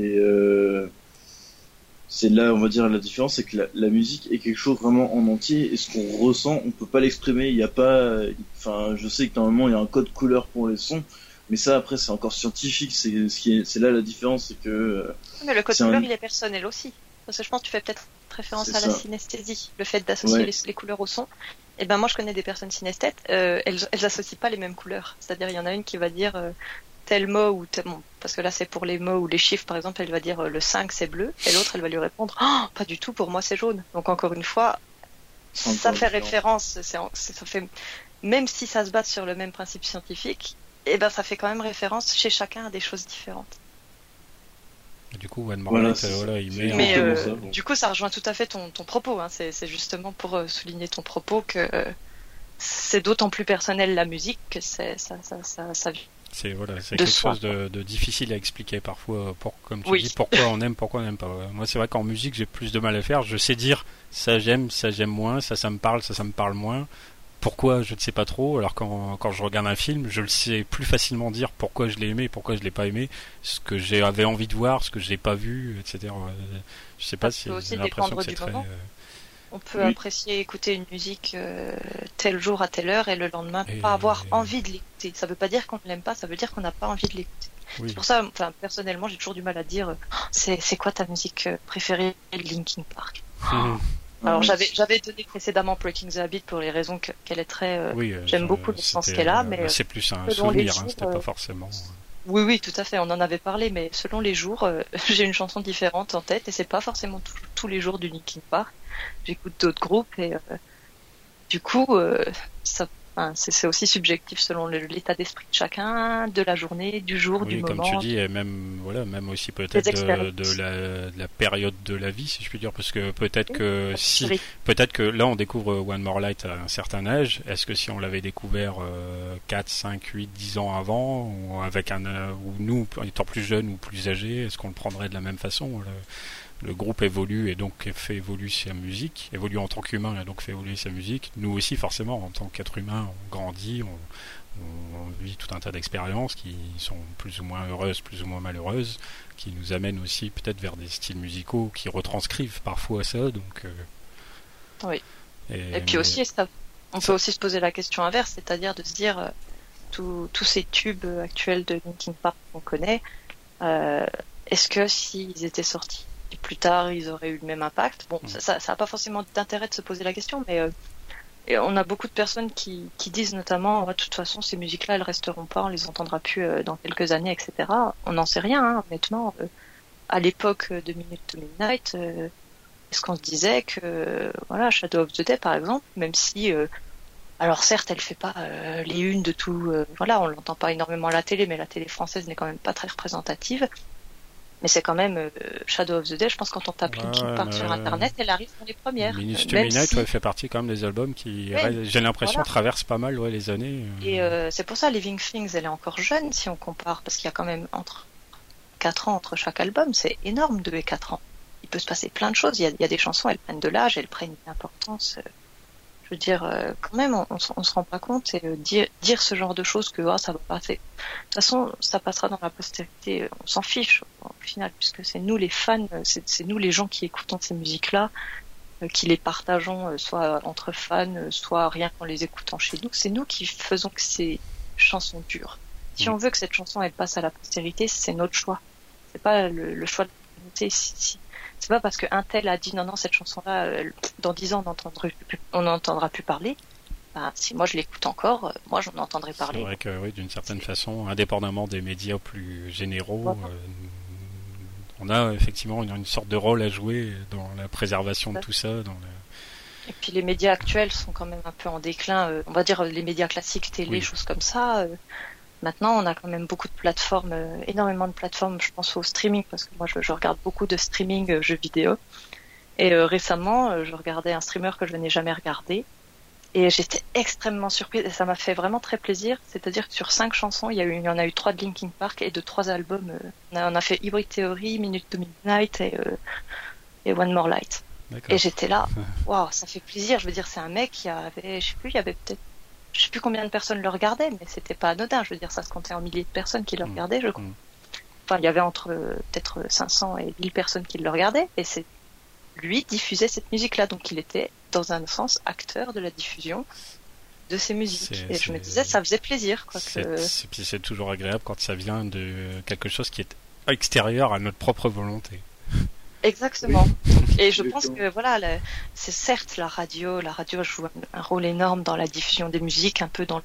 c'est là, on va dire, la différence, c'est que la musique est quelque chose vraiment en entier, et ce qu'on ressent, on peut pas l'exprimer, il y a pas, je sais que normalement il y a un code couleur pour les sons, mais ça après c'est encore scientifique, c'est là la différence, c'est que... Mais le code couleur il est personnel aussi, parce que je pense que tu fais peut-être référence à la synesthésie, le fait d'associer les couleurs au son. Et ben moi je connais des personnes synesthètes, elles associent pas les mêmes couleurs, c'est-à-dire il y en a une qui va dire tel mot ou tel mot, parce que là c'est pour les mots ou les chiffres par exemple, elle va dire le 5 c'est bleu, et l'autre elle va lui répondre pas du tout, pour moi c'est jaune. Donc encore une fois, ça fait référence, ça fait, même si ça se base sur le même principe scientifique, et ben ça fait quand même référence chez chacun à des choses différentes. Du coup, One More Light, il met. Mais du coup, ça rejoint tout à fait ton propos. Hein. C'est justement pour souligner ton propos que c'est d'autant plus personnel la musique que ça c'est quelque chose de difficile à expliquer parfois. Comme tu dis, pourquoi on aime, pourquoi on n'aime pas. Moi, c'est vrai qu'en musique, j'ai plus de mal à faire. Je sais dire ça j'aime moins, ça me parle, ça me parle moins. Pourquoi, je ne sais pas trop. Alors quand je regarde un film, je le sais plus facilement dire pourquoi je l'ai aimé, pourquoi je l'ai pas aimé, ce que j'avais envie de voir, ce que j'ai pas vu, etc. Je sais pas si j'ai l'impression que c'est très... On peut apprécier écouter une musique tel jour à telle heure et le lendemain pas avoir envie de l'écouter. Ça veut pas dire qu'on ne l'aime pas, ça veut dire qu'on n'a pas envie de l'écouter. Oui. C'est pour ça, personnellement, j'ai toujours du mal à dire c'est quoi ta musique préférée, Linkin Park. Alors j'avais donné précédemment Breaking the Habit pour les raisons qu'elle est très... j'aime beaucoup le sens qu'elle a, mais... c'est plus un souvenir, c'était pas forcément... Oui, tout à fait, on en avait parlé, mais selon les jours, j'ai une chanson différente en tête, et c'est pas forcément tous les jours du Linkin Park. J'écoute d'autres groupes, et du coup, c'est aussi subjectif selon l'état d'esprit de chacun, de la journée, du jour, du moment. Comme tu dis, et même aussi peut-être de la période de la vie, si je puis dire, parce que peut-être que là on découvre One More Light à un certain âge. Est-ce que si on l'avait découvert 4, 5, 8, 10 ans avant, ou ou nous étant plus jeunes ou plus âgés, est-ce qu'on le prendrait de la même façon? Le groupe évolue et donc fait évoluer sa musique, évolue en tant qu'humain et donc fait évoluer sa musique. Nous aussi, forcément, en tant qu'être humain, on grandit, on vit tout un tas d'expériences qui sont plus ou moins heureuses, plus ou moins malheureuses, qui nous amènent aussi peut-être vers des styles musicaux qui retranscrivent parfois ça. Donc, oui. Et puis aussi, on peut aussi se poser la question inverse, c'est-à-dire de se dire tous ces tubes actuels de Linkin Park qu'on connaît, est-ce que s'ils étaient sortis plus tard, ils auraient eu le même impact. Bon, ça n'a pas forcément d'intérêt de se poser la question, mais et on a beaucoup de personnes qui disent notamment, de toute façon, ces musiques-là, elles resteront pas, on les entendra plus dans quelques années, etc. On n'en sait rien, hein, honnêtement. À l'époque de Minute to Midnight, est-ce qu'on se disait que, Shadow of the Dead, par exemple, même si, alors certes, elle fait pas les unes de tout, on l'entend pas énormément à la télé, mais la télé française n'est quand même pas très représentative. Mais c'est quand même Shadow of the Dead, je pense quand on tape Linkin Park sur internet, elle arrive dans les premières. Minute to Midnight fait partie quand même des albums qui, j'ai l'impression, traversent pas mal les années. Et c'est pour ça, Living Things, elle est encore jeune si on compare, parce qu'il y a quand même entre 4 ans entre chaque album, c'est énorme 2 et 4 ans. Il peut se passer plein de choses, il y a des chansons, elles prennent de l'âge, elles prennent une importance... Je veux dire, quand même, on se rend pas compte, et dire ce genre de choses que ça va passer. De toute façon, ça passera dans la postérité, on s'en fiche au final, puisque c'est nous les fans, c'est nous les gens qui écoutons ces musiques-là, qui les partageons, soit entre fans, soit rien qu'en les écoutant chez nous. C'est nous qui faisons que ces chansons durent. Si on veut que cette chanson elle passe à la postérité, c'est notre choix. C'est pas le choix de la communauté. c'est pas parce qu'un tel a dit non, cette chanson-là, dans 10 ans, on n'entendra plus parler. Ben, si moi je l'écoute encore, moi j'en entendrai parler. C'est vrai que oui, d'une certaine façon, indépendamment des médias plus généraux, Voilà. on a effectivement une sorte de rôle à jouer dans la préservation de tout ça. Et puis les médias actuels sont quand même un peu en déclin. On va dire les médias classiques, télé, choses comme ça. Maintenant, on a quand même beaucoup de plateformes, énormément de plateformes. Je pense au streaming parce que moi je regarde beaucoup de streaming jeux vidéo. Et récemment, je regardais un streamer que je n'ai jamais regardé. Et j'étais extrêmement surprise et ça m'a fait vraiment très plaisir. C'est-à-dire que sur 5 chansons, il y en a eu 3 de Linkin Park et de 3 albums. On a fait Hybrid Theory, Minute to Midnight et One More Light. D'accord. Et j'étais là, waouh, ça fait plaisir. Je veux dire, c'est un mec qui avait, je sais plus combien de personnes le regardaient, mais c'était pas anodin. Je veux dire, ça se comptait en milliers de personnes qui le regardaient, je crois. Enfin, il y avait entre peut-être 500 et 1000 personnes qui le regardaient, et c'est lui diffusait cette musique-là, donc il était dans un sens acteur de la diffusion de ces musiques. Et je me disais, ça faisait plaisir, quoi. Puis c'est toujours agréable quand ça vient de quelque chose qui est extérieur à notre propre volonté. Exactement. Oui. Et je pense que voilà, c'est certes la radio joue un rôle énorme dans la diffusion des musiques, un peu dans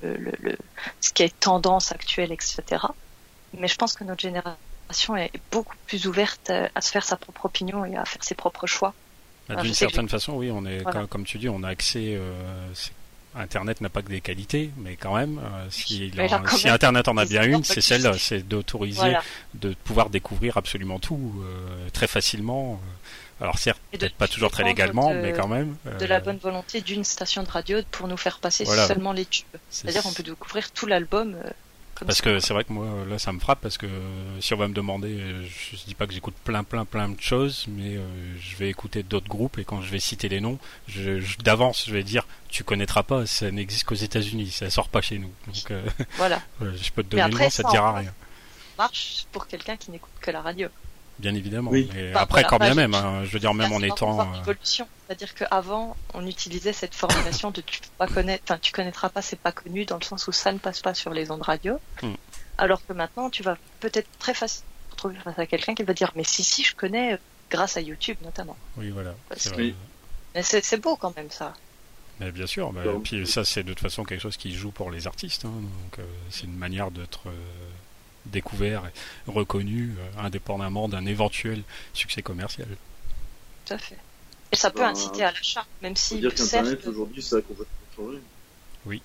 ce qui est tendance actuelle, etc. Mais je pense que notre génération est beaucoup plus ouverte à se faire sa propre opinion et à faire ses propres choix. D'une certaine façon, oui, on est, comme tu dis, on a accès. Internet n'a pas que des qualités, mais quand même, si Internet en a bien une, c'est celle-là, c'est d'autoriser, de pouvoir découvrir absolument tout très facilement. Alors certes, peut-être pas toujours très légalement, mais quand même. De la bonne volonté d'une station de radio pour nous faire passer seulement les tubes. C'est-à-dire qu'on peut découvrir tout l'album. Parce que c'est vrai que moi, là, ça me frappe parce que si on va me demander, je dis pas que j'écoute plein de choses, mais je vais écouter d'autres groupes et quand je vais citer les noms, d'avance, je vais dire, tu connaîtras pas, ça n'existe qu'aux États-Unis, ça sort pas chez nous. Donc, voilà. Je peux te donner le nom, ça te dira rien. Ça marche pour quelqu'un qui n'écoute que la radio. Bien évidemment. Oui. Mais après, quand bien même, je veux dire, même en étant. C'est-à-dire qu'avant, on utilisait cette formulation de tu connaîtras pas, c'est pas connu, dans le sens où ça ne passe pas sur les ondes radio. Alors que maintenant, tu vas peut-être très facilement retrouver face à quelqu'un qui va dire, mais si, je connais, grâce à YouTube notamment. Oui, voilà. Mais c'est beau quand même, ça. Mais bien sûr. Puis ça, c'est de toute façon quelque chose qui joue pour les artistes. Donc, c'est une manière d'être découvert et reconnu indépendamment d'un éventuel succès commercial. Tout à fait. Et ça peut inciter à l'achat, même si... Faut dire qu'Internet, aujourd'hui, ça a complètement changé. Oui.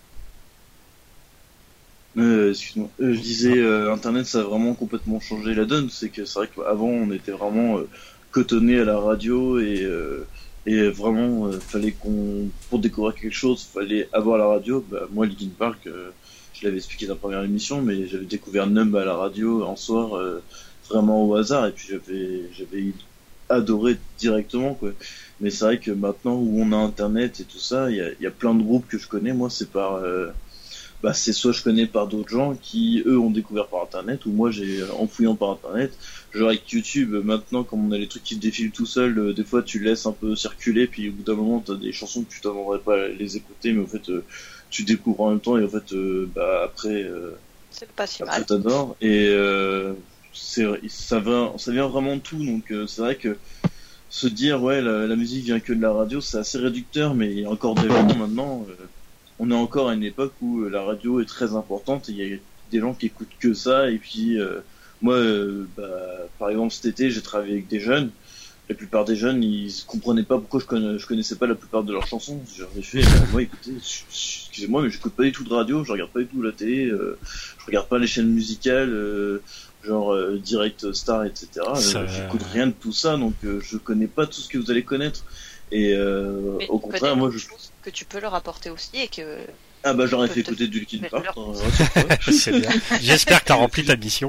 Excuse-moi. Je disais, Internet, ça a vraiment complètement changé la donne. C'est vrai qu'avant, on était vraiment cotonné à la radio et vraiment, fallait pour découvrir quelque chose, fallait avoir la radio. Moi, Linkin Park... je l'avais expliqué dans la première émission, mais j'avais découvert Numb à la radio en soir, vraiment au hasard, et puis j'avais adoré directement, quoi. Mais c'est vrai que maintenant où on a Internet et tout ça, il y a plein de groupes que je connais. Moi, c'est c'est soit je connais par d'autres gens qui eux ont découvert par Internet, ou moi j'ai en fouillant par Internet. Genre avec YouTube, maintenant, comme on a les trucs qui défilent tout seul, des fois tu laisses un peu circuler, puis au bout d'un moment t'as des chansons que tu t'attendrais pas à les écouter, mais en fait tu découvres en même temps, et en fait après c'est pas si mal. T'adores, et ça vient vraiment de tout. Donc c'est vrai que se dire la musique vient que de la radio, c'est assez réducteur, mais il y a encore des gens maintenant, on est encore à une époque où la radio est très importante, et il y a des gens qui écoutent que ça. Et puis moi par exemple cet été j'ai travaillé avec des jeunes. La plupart des jeunes, ils comprenaient pas pourquoi je connaissais pas la plupart de leurs chansons. J'en ai fait, moi écoutez, excusez-moi, mais j'écoute pas du tout de radio, je regarde pas du tout la télé, je regarde pas les chaînes musicales, Direct Star, etc. J'écoute rien de tout ça, donc je connais pas tout ce que vous allez connaître. Et au contraire, moi je pense que tu peux leur apporter aussi, et que j'aurais fait écouter du Linkin Park. C'est bien. J'espère que t'as rempli ta mission.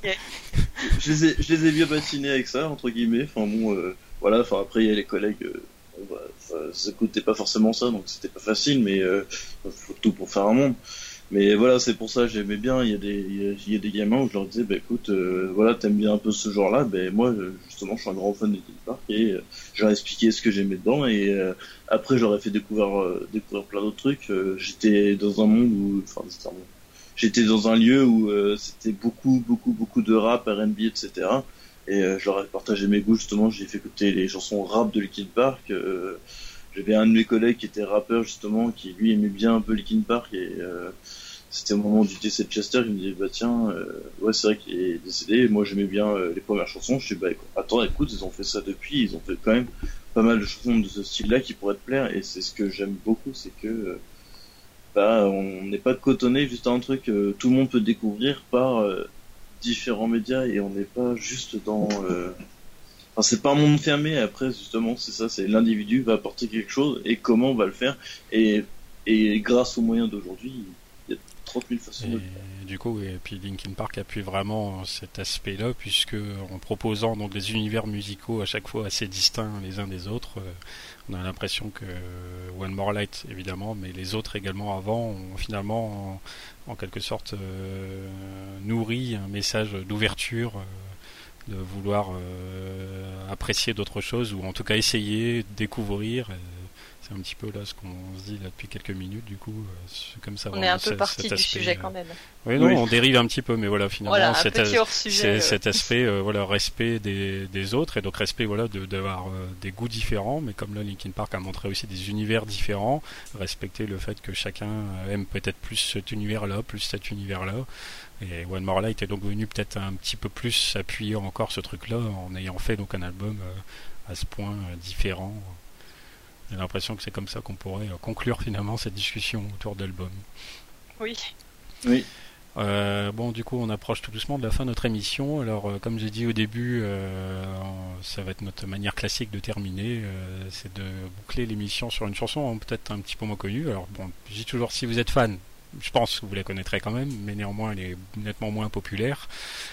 Je les ai bien bassinés avec ça, entre guillemets. Enfin bon, après il y a les collègues, ça s'écoutait pas forcément ça, donc c'était pas facile, mais faut tout pour faire un monde. Mais voilà, c'est pour ça j'aimais bien. Il y a des gamins où je leur disais, écoute, t'aimes bien un peu ce genre-là, moi justement je suis un grand fan de Linkin Park, et j'aurais expliqué ce que j'aimais dedans, et après j'aurais fait découvrir plein d'autres trucs. J'étais dans un monde où, j'étais dans un lieu où c'était beaucoup de rap, R&B, etc. Et je leur ai partagé mes goûts, justement, j'ai fait écouter les chansons rap de Linkin Park. J'avais un de mes collègues qui était rappeur, justement, qui lui aimait bien un peu Linkin Park, et c'était au moment du décès de Chester, il me dit, bah tiens, ouais, c'est vrai qu'il est décédé, et moi j'aimais bien les premières chansons. Je dis, bah attends, écoute, ils ont fait ça depuis, ils ont fait quand même pas mal de chansons de ce style-là qui pourraient te plaire, et c'est ce que j'aime beaucoup, c'est que bah on n'est pas cotonné juste à un truc, tout le monde peut découvrir par différents médias, et on n'est pas juste dans... Enfin, c'est pas un monde fermé, après justement c'est ça, c'est l'individu va apporter quelque chose, et comment on va le faire, et grâce aux moyens d'aujourd'hui, il y a 30 000 façons de le faire. Du coup, et puis Linkin Park appuie vraiment cet aspect-là, puisque en proposant donc des univers musicaux à chaque fois assez distincts les uns des autres, on a l'impression que One More Light évidemment, mais les autres également avant, ont finalement en quelque sorte nourri un message d'ouverture, de vouloir apprécier d'autres choses, ou en tout cas essayer, découvrir. C'est un petit peu là ce qu'on se dit là depuis quelques minutes, du coup, c'est comme ça. On est un peu parti du sujet quand même. Oui, non, on dérive un petit peu, mais voilà, finalement, voilà, cet aspect, voilà, respect des autres, et donc respect, voilà, d'avoir des goûts différents, mais comme là, Linkin Park a montré aussi des univers différents, respecter le fait que chacun aime peut-être plus cet univers-là, plus cet univers-là. Et One More Light est donc venu peut-être un petit peu plus appuyer encore ce truc-là, en ayant fait donc un album à ce point différent. J'ai l'impression que c'est comme ça qu'on pourrait conclure finalement cette discussion autour d'album. Oui. Oui. Bon, du coup, on approche tout doucement de la fin de notre émission. Alors, comme j'ai dit au début, ça va être notre manière classique de terminer. C'est de boucler l'émission sur une chanson peut-être un petit peu moins connue. Alors, bon, je dis toujours, si vous êtes fan, je pense que vous la connaîtrez quand même, mais néanmoins, elle est nettement moins populaire.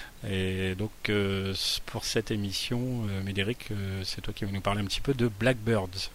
Et donc, pour cette émission, Médéric, c'est toi qui vas nous parler un petit peu de Blackbirds.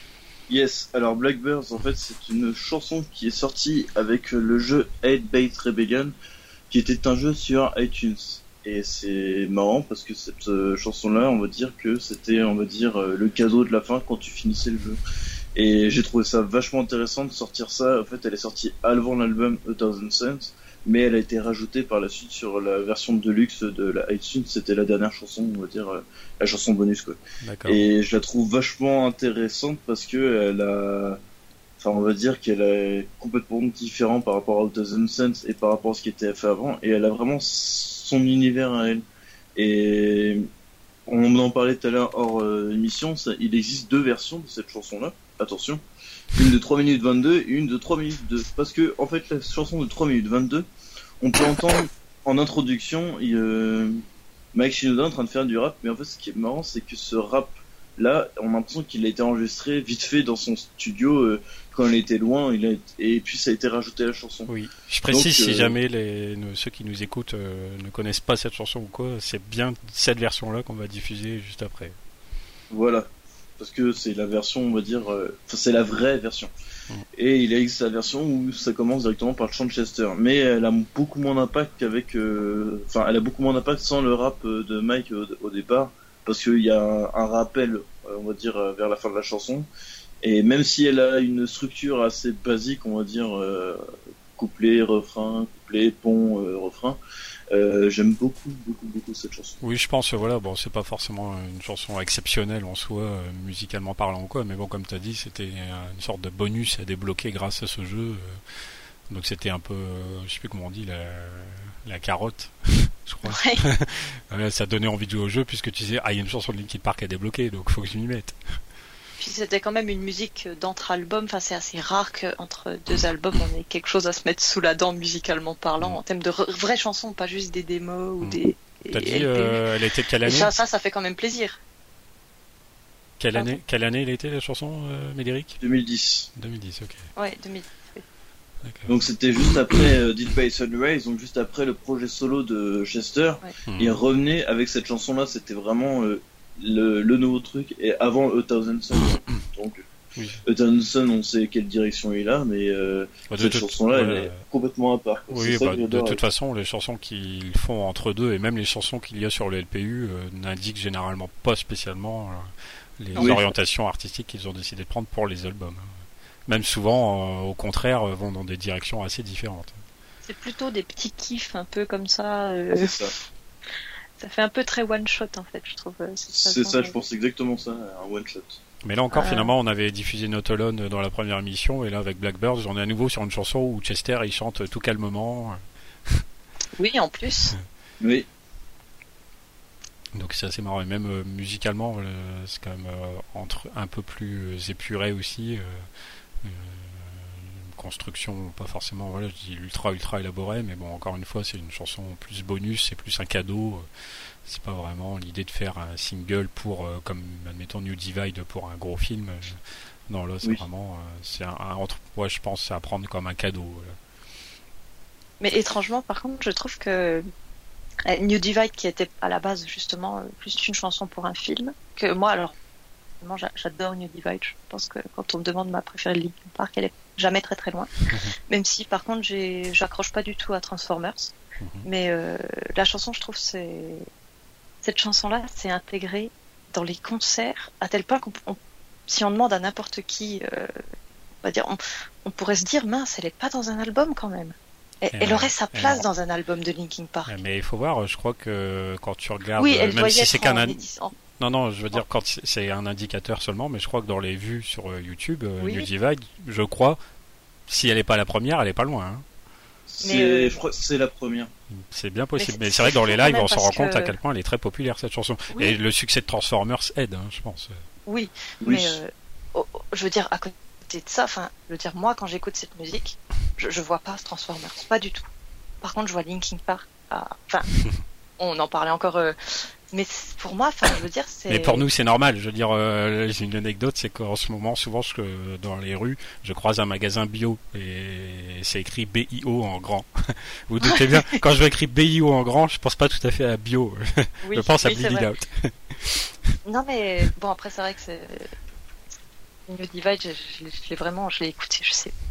Yes, alors Blackbirds, en fait, c'est une chanson qui est sortie avec le jeu 8-Bit Rebellion, qui était un jeu sur iTunes. Et c'est marrant parce que cette chanson-là, on va dire que c'était, on va dire, le cadeau de la fin quand tu finissais le jeu. Et j'ai trouvé ça vachement intéressant de sortir ça. En fait, elle est sortie avant l'album A Thousand Suns, mais elle a été rajoutée par la suite sur la version deluxe de la iTunes. C'était la dernière chanson, on va dire, la chanson bonus, quoi. D'accord. Et je la trouve vachement intéressante parce que elle a, enfin, on va dire qu'elle est complètement différente par rapport à A Thousand Suns et par rapport à ce qui était fait avant, et elle a vraiment son univers à elle. Et on en parlait tout à l'heure hors émission, il existe deux versions de cette chanson-là. Attention. Une de 3 minutes 22 et une de 3 minutes 2. Parce que, en fait, la chanson de 3 minutes 22, on peut entendre en introduction Mike Shinoda en train de faire du rap, mais en fait, ce qui est marrant, c'est que ce rap-là, on a l'impression qu'il a été enregistré vite fait dans son studio quand il était loin, et puis ça a été rajouté à la chanson. Oui, je précise, donc, si jamais ceux qui nous écoutent ne connaissent pas cette chanson ou quoi, c'est bien cette version-là qu'on va diffuser juste après. Voilà. Parce que c'est la version, on va dire, c'est la vraie version. Et il existe la version où ça commence directement par le chant de Chester, mais elle a beaucoup moins d'impact qu'avec, elle a beaucoup moins d'impact sans le rap de Mike au départ, parce qu'il y a un rappel, on va dire, vers la fin de la chanson. Et même si elle a une structure assez basique, on va dire, couplet, refrain, couplet, pont, refrain. J'aime beaucoup cette chanson. Oui, je pense, voilà, bon, c'est pas forcément une chanson exceptionnelle en soi, musicalement parlant ou quoi, mais bon, comme tu as dit, c'était une sorte de bonus à débloquer grâce à ce jeu. Donc c'était un peu, je sais plus comment on dit, la carotte, je crois. Ouais. Ça donnait envie de jouer au jeu puisque tu disais, il y a une chanson de Linkin Park à débloquer, donc faut que je m'y mette. Puis c'était quand même une musique d'entre-albums, enfin c'est assez rare qu'entre deux albums on ait quelque chose à se mettre sous la dent musicalement parlant, en termes de vraies chansons, pas juste des démos ou des... T'as dit, elle était de quelle année? Et ça fait quand même plaisir. Quelle année elle était la chanson, Médéric? 2010. 2010, ok. Ouais, 2010. Oui. D'accord. Donc c'était juste après Dead by Sunrise, donc juste après le projet solo de Chester. Ouais. Il revenait avec cette chanson-là, c'était vraiment... le nouveau truc, et avant A Thousand Suns. Donc oui. A Thousand Suns, on sait quelle direction il a, mais cette chanson-là, elle est complètement à part. Oui, de toute façon, les chansons qu'ils font entre deux, et même les chansons qu'il y a sur le LPU, n'indiquent généralement pas spécialement les orientations artistiques qu'ils ont décidé de prendre pour les albums. Même souvent, au contraire, vont dans des directions assez différentes. C'est plutôt des petits kiffs un peu comme ça. C'est ça. Ça fait un peu très one shot en fait, je trouve. C'est ça, je pense exactement ça, un one shot. Mais là encore, finalement, on avait diffusé Not Alone dans la première émission, et là, avec Blackbirds, on est à nouveau sur une chanson où Chester, il chante tout calmement. Oui, en plus. Oui. Donc c'est assez marrant, et même musicalement, c'est quand même un peu plus épuré aussi. Construction pas forcément, voilà, je dis ultra élaborée, mais bon, encore une fois, c'est une chanson plus bonus, c'est plus un cadeau. C'est pas vraiment l'idée de faire un single pour, comme admettons New Divide pour un gros film. Non, là, c'est vraiment, c'est ouais, je pense, c'est à prendre comme un cadeau. Mais étrangement, par contre, je trouve que New Divide, qui était à la base justement plus une chanson pour un film, que moi, alors, j'adore New Divide. Je pense que quand on me demande ma préférée de Linkin Park, elle est jamais très loin. Même si, par contre, j'accroche pas du tout à Transformers. Mais la chanson, je trouve, cette chanson-là, c'est intégré dans les concerts à tel point si on demande à n'importe qui, on va dire, on pourrait se dire, mince, elle est pas dans un album quand même. Elle aurait sa place dans un album de Linkin Park. Mais il faut voir, je crois que quand tu regardes, oui, elle même si c'est qu'un non, je veux dire quand c'est un indicateur seulement, mais je crois que dans les vues sur YouTube, New Divide, je crois, si elle est pas la première, elle est pas loin. Hein. Je crois que c'est la première. C'est bien possible, mais c'est vrai que dans les lives, on s'en rend compte à quel point elle est très populaire cette chanson. Oui. Et le succès de Transformers aide, hein, je pense. Oui. Mais je veux dire, à côté de ça, je veux dire, moi, quand j'écoute cette musique, je vois pas Transformers, pas du tout. Par contre, je vois Linkin Park. On en parlait encore. Mais pour moi, je veux dire, c'est. Mais pour nous, c'est normal. Je veux dire, j'ai une anecdote, c'est qu'en ce moment, souvent, dans les rues, je croise un magasin bio et c'est écrit BIO en grand. Vous doutez bien, quand je vais écrire BIO en grand, je pense pas tout à fait à bio. Je pense à Bleed It Out. Non, mais bon, après, c'est vrai que c'est. New Divide, je l'ai écouté,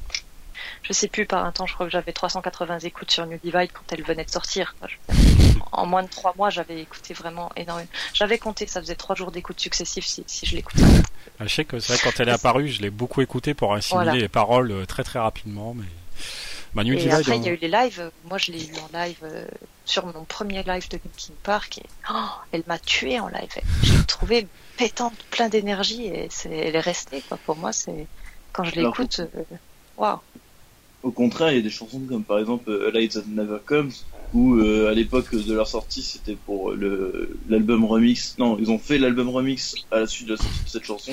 je sais plus, par un temps, je crois que j'avais 380 écoutes sur New Divide quand elle venait de sortir. En moins de 3 mois, j'avais écouté vraiment énormément. J'avais compté, ça faisait 3 jours d'écoute successives si je l'écoutais. Je sais que c'est vrai, quand elle est apparue, je l'ai beaucoup écoutée pour assimiler les paroles très rapidement. Mais New Divide, après, il y a eu les lives. Moi, je l'ai eu en live sur mon premier live de Linkin Park. Et, elle m'a tuée en live. Je l'ai trouvée pétante, plein d'énergie, et elle est restée. Quoi. Pour moi, c'est quand je l'écoute, waouh. Au contraire, il y a des chansons comme par exemple A Light That Never Comes, où à l'époque de leur sortie, c'était pour l'album remix. Non, ils ont fait l'album remix à la suite de la sortie de cette chanson.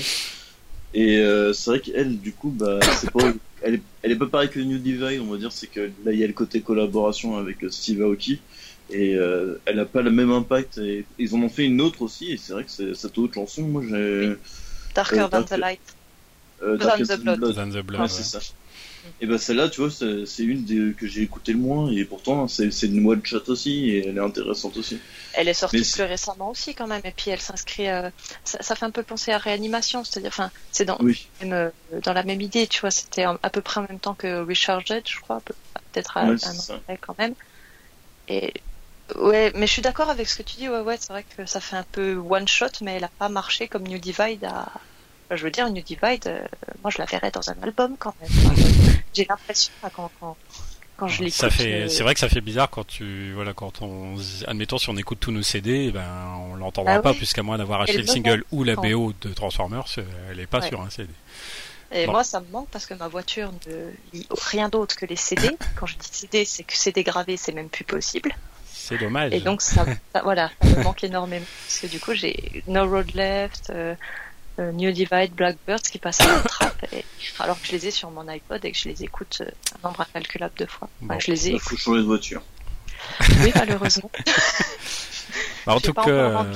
Et c'est vrai qu'elle, du coup, c'est pas, elle est pas pareille que New Divide, on va dire. C'est que là, il y a le côté collaboration avec Steve Aoki, et elle a pas le même impact. Et ils en ont fait une autre aussi, et c'est vrai que cette autre chanson, moi, j'ai. Darker Than the Light. Darker Than the Blood. Ouais, c'est ça. Et celle-là, tu vois, c'est une que j'ai écouté le moins, et pourtant c'est une one shot aussi, et elle est intéressante aussi. Elle est sortie plus récemment aussi quand même, et puis elle s'inscrit, ça fait un peu penser à Réanimation, c'est-à-dire, c'est dans la même idée, tu vois, c'était à peu près en même temps que Recharged, je crois, peut-être un an après quand même. Et ouais, mais je suis d'accord avec ce que tu dis, ouais, c'est vrai que ça fait un peu one shot, mais elle a pas marché comme New Divide je veux dire, New Divide, moi je la verrais dans un album quand même. J'ai l'impression quand je l'écoute. C'est vrai que ça fait bizarre quand admettons si on écoute tous nos CD, on l'entendra pas, puisqu'à moins d'avoir acheté le single ou la BO de Transformers, elle est pas sur un CD. Et moi ça me manque parce que ma voiture ne lit rien d'autre que les CD. Quand je dis CD, c'est que CD gravé, c'est même plus possible. C'est dommage. Et donc ça me manque énormément parce que du coup j'ai No Road Left. New Divide, Blackbirds qui passent à la trappe, alors que je les ai sur mon iPod et que je les écoute un nombre incalculable de fois. Je les ai. Il faut changer de voiture. Oui, malheureusement. En tout cas,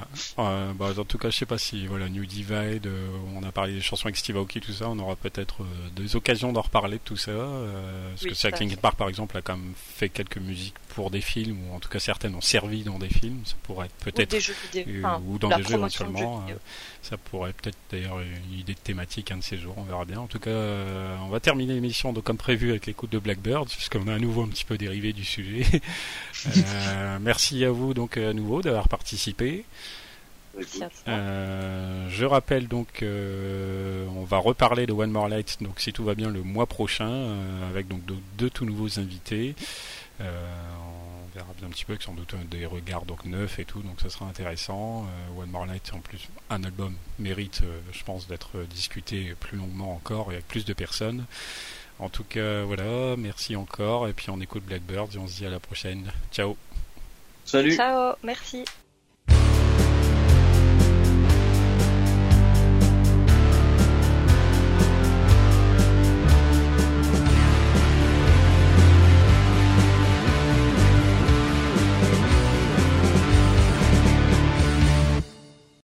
je sais pas si New Divide, on a parlé des chansons avec Steve Aoki, tout ça, on aura peut-être des occasions d'en reparler de tout ça, parce que c'est Linkin Park par exemple a quand même fait quelques musiques pour des films, ou en tout cas certaines ont servi dans des films, ça pourrait être peut-être ou dans des jeux éventuellement, ça pourrait peut-être d'ailleurs une idée de thématique un de ces jours, on verra bien. En tout cas, on va terminer l'émission donc comme prévu avec l'écoute de Blackbird, puisqu'on a à nouveau un petit peu dérivé du sujet. Merci à vous donc à nouveau d'avoir participé. Je rappelle donc on va reparler de One More Light donc si tout va bien le mois prochain avec donc deux tout nouveaux invités. On verra bien un petit peu, avec sans doute des regards donc neufs et tout, donc ça sera intéressant. One More Night, en plus, un album mérite, je pense, d'être discuté plus longuement encore et avec plus de personnes. En tout cas, voilà, merci encore, et puis on écoute Blackbird et on se dit à la prochaine. Ciao. Salut. Ciao, merci.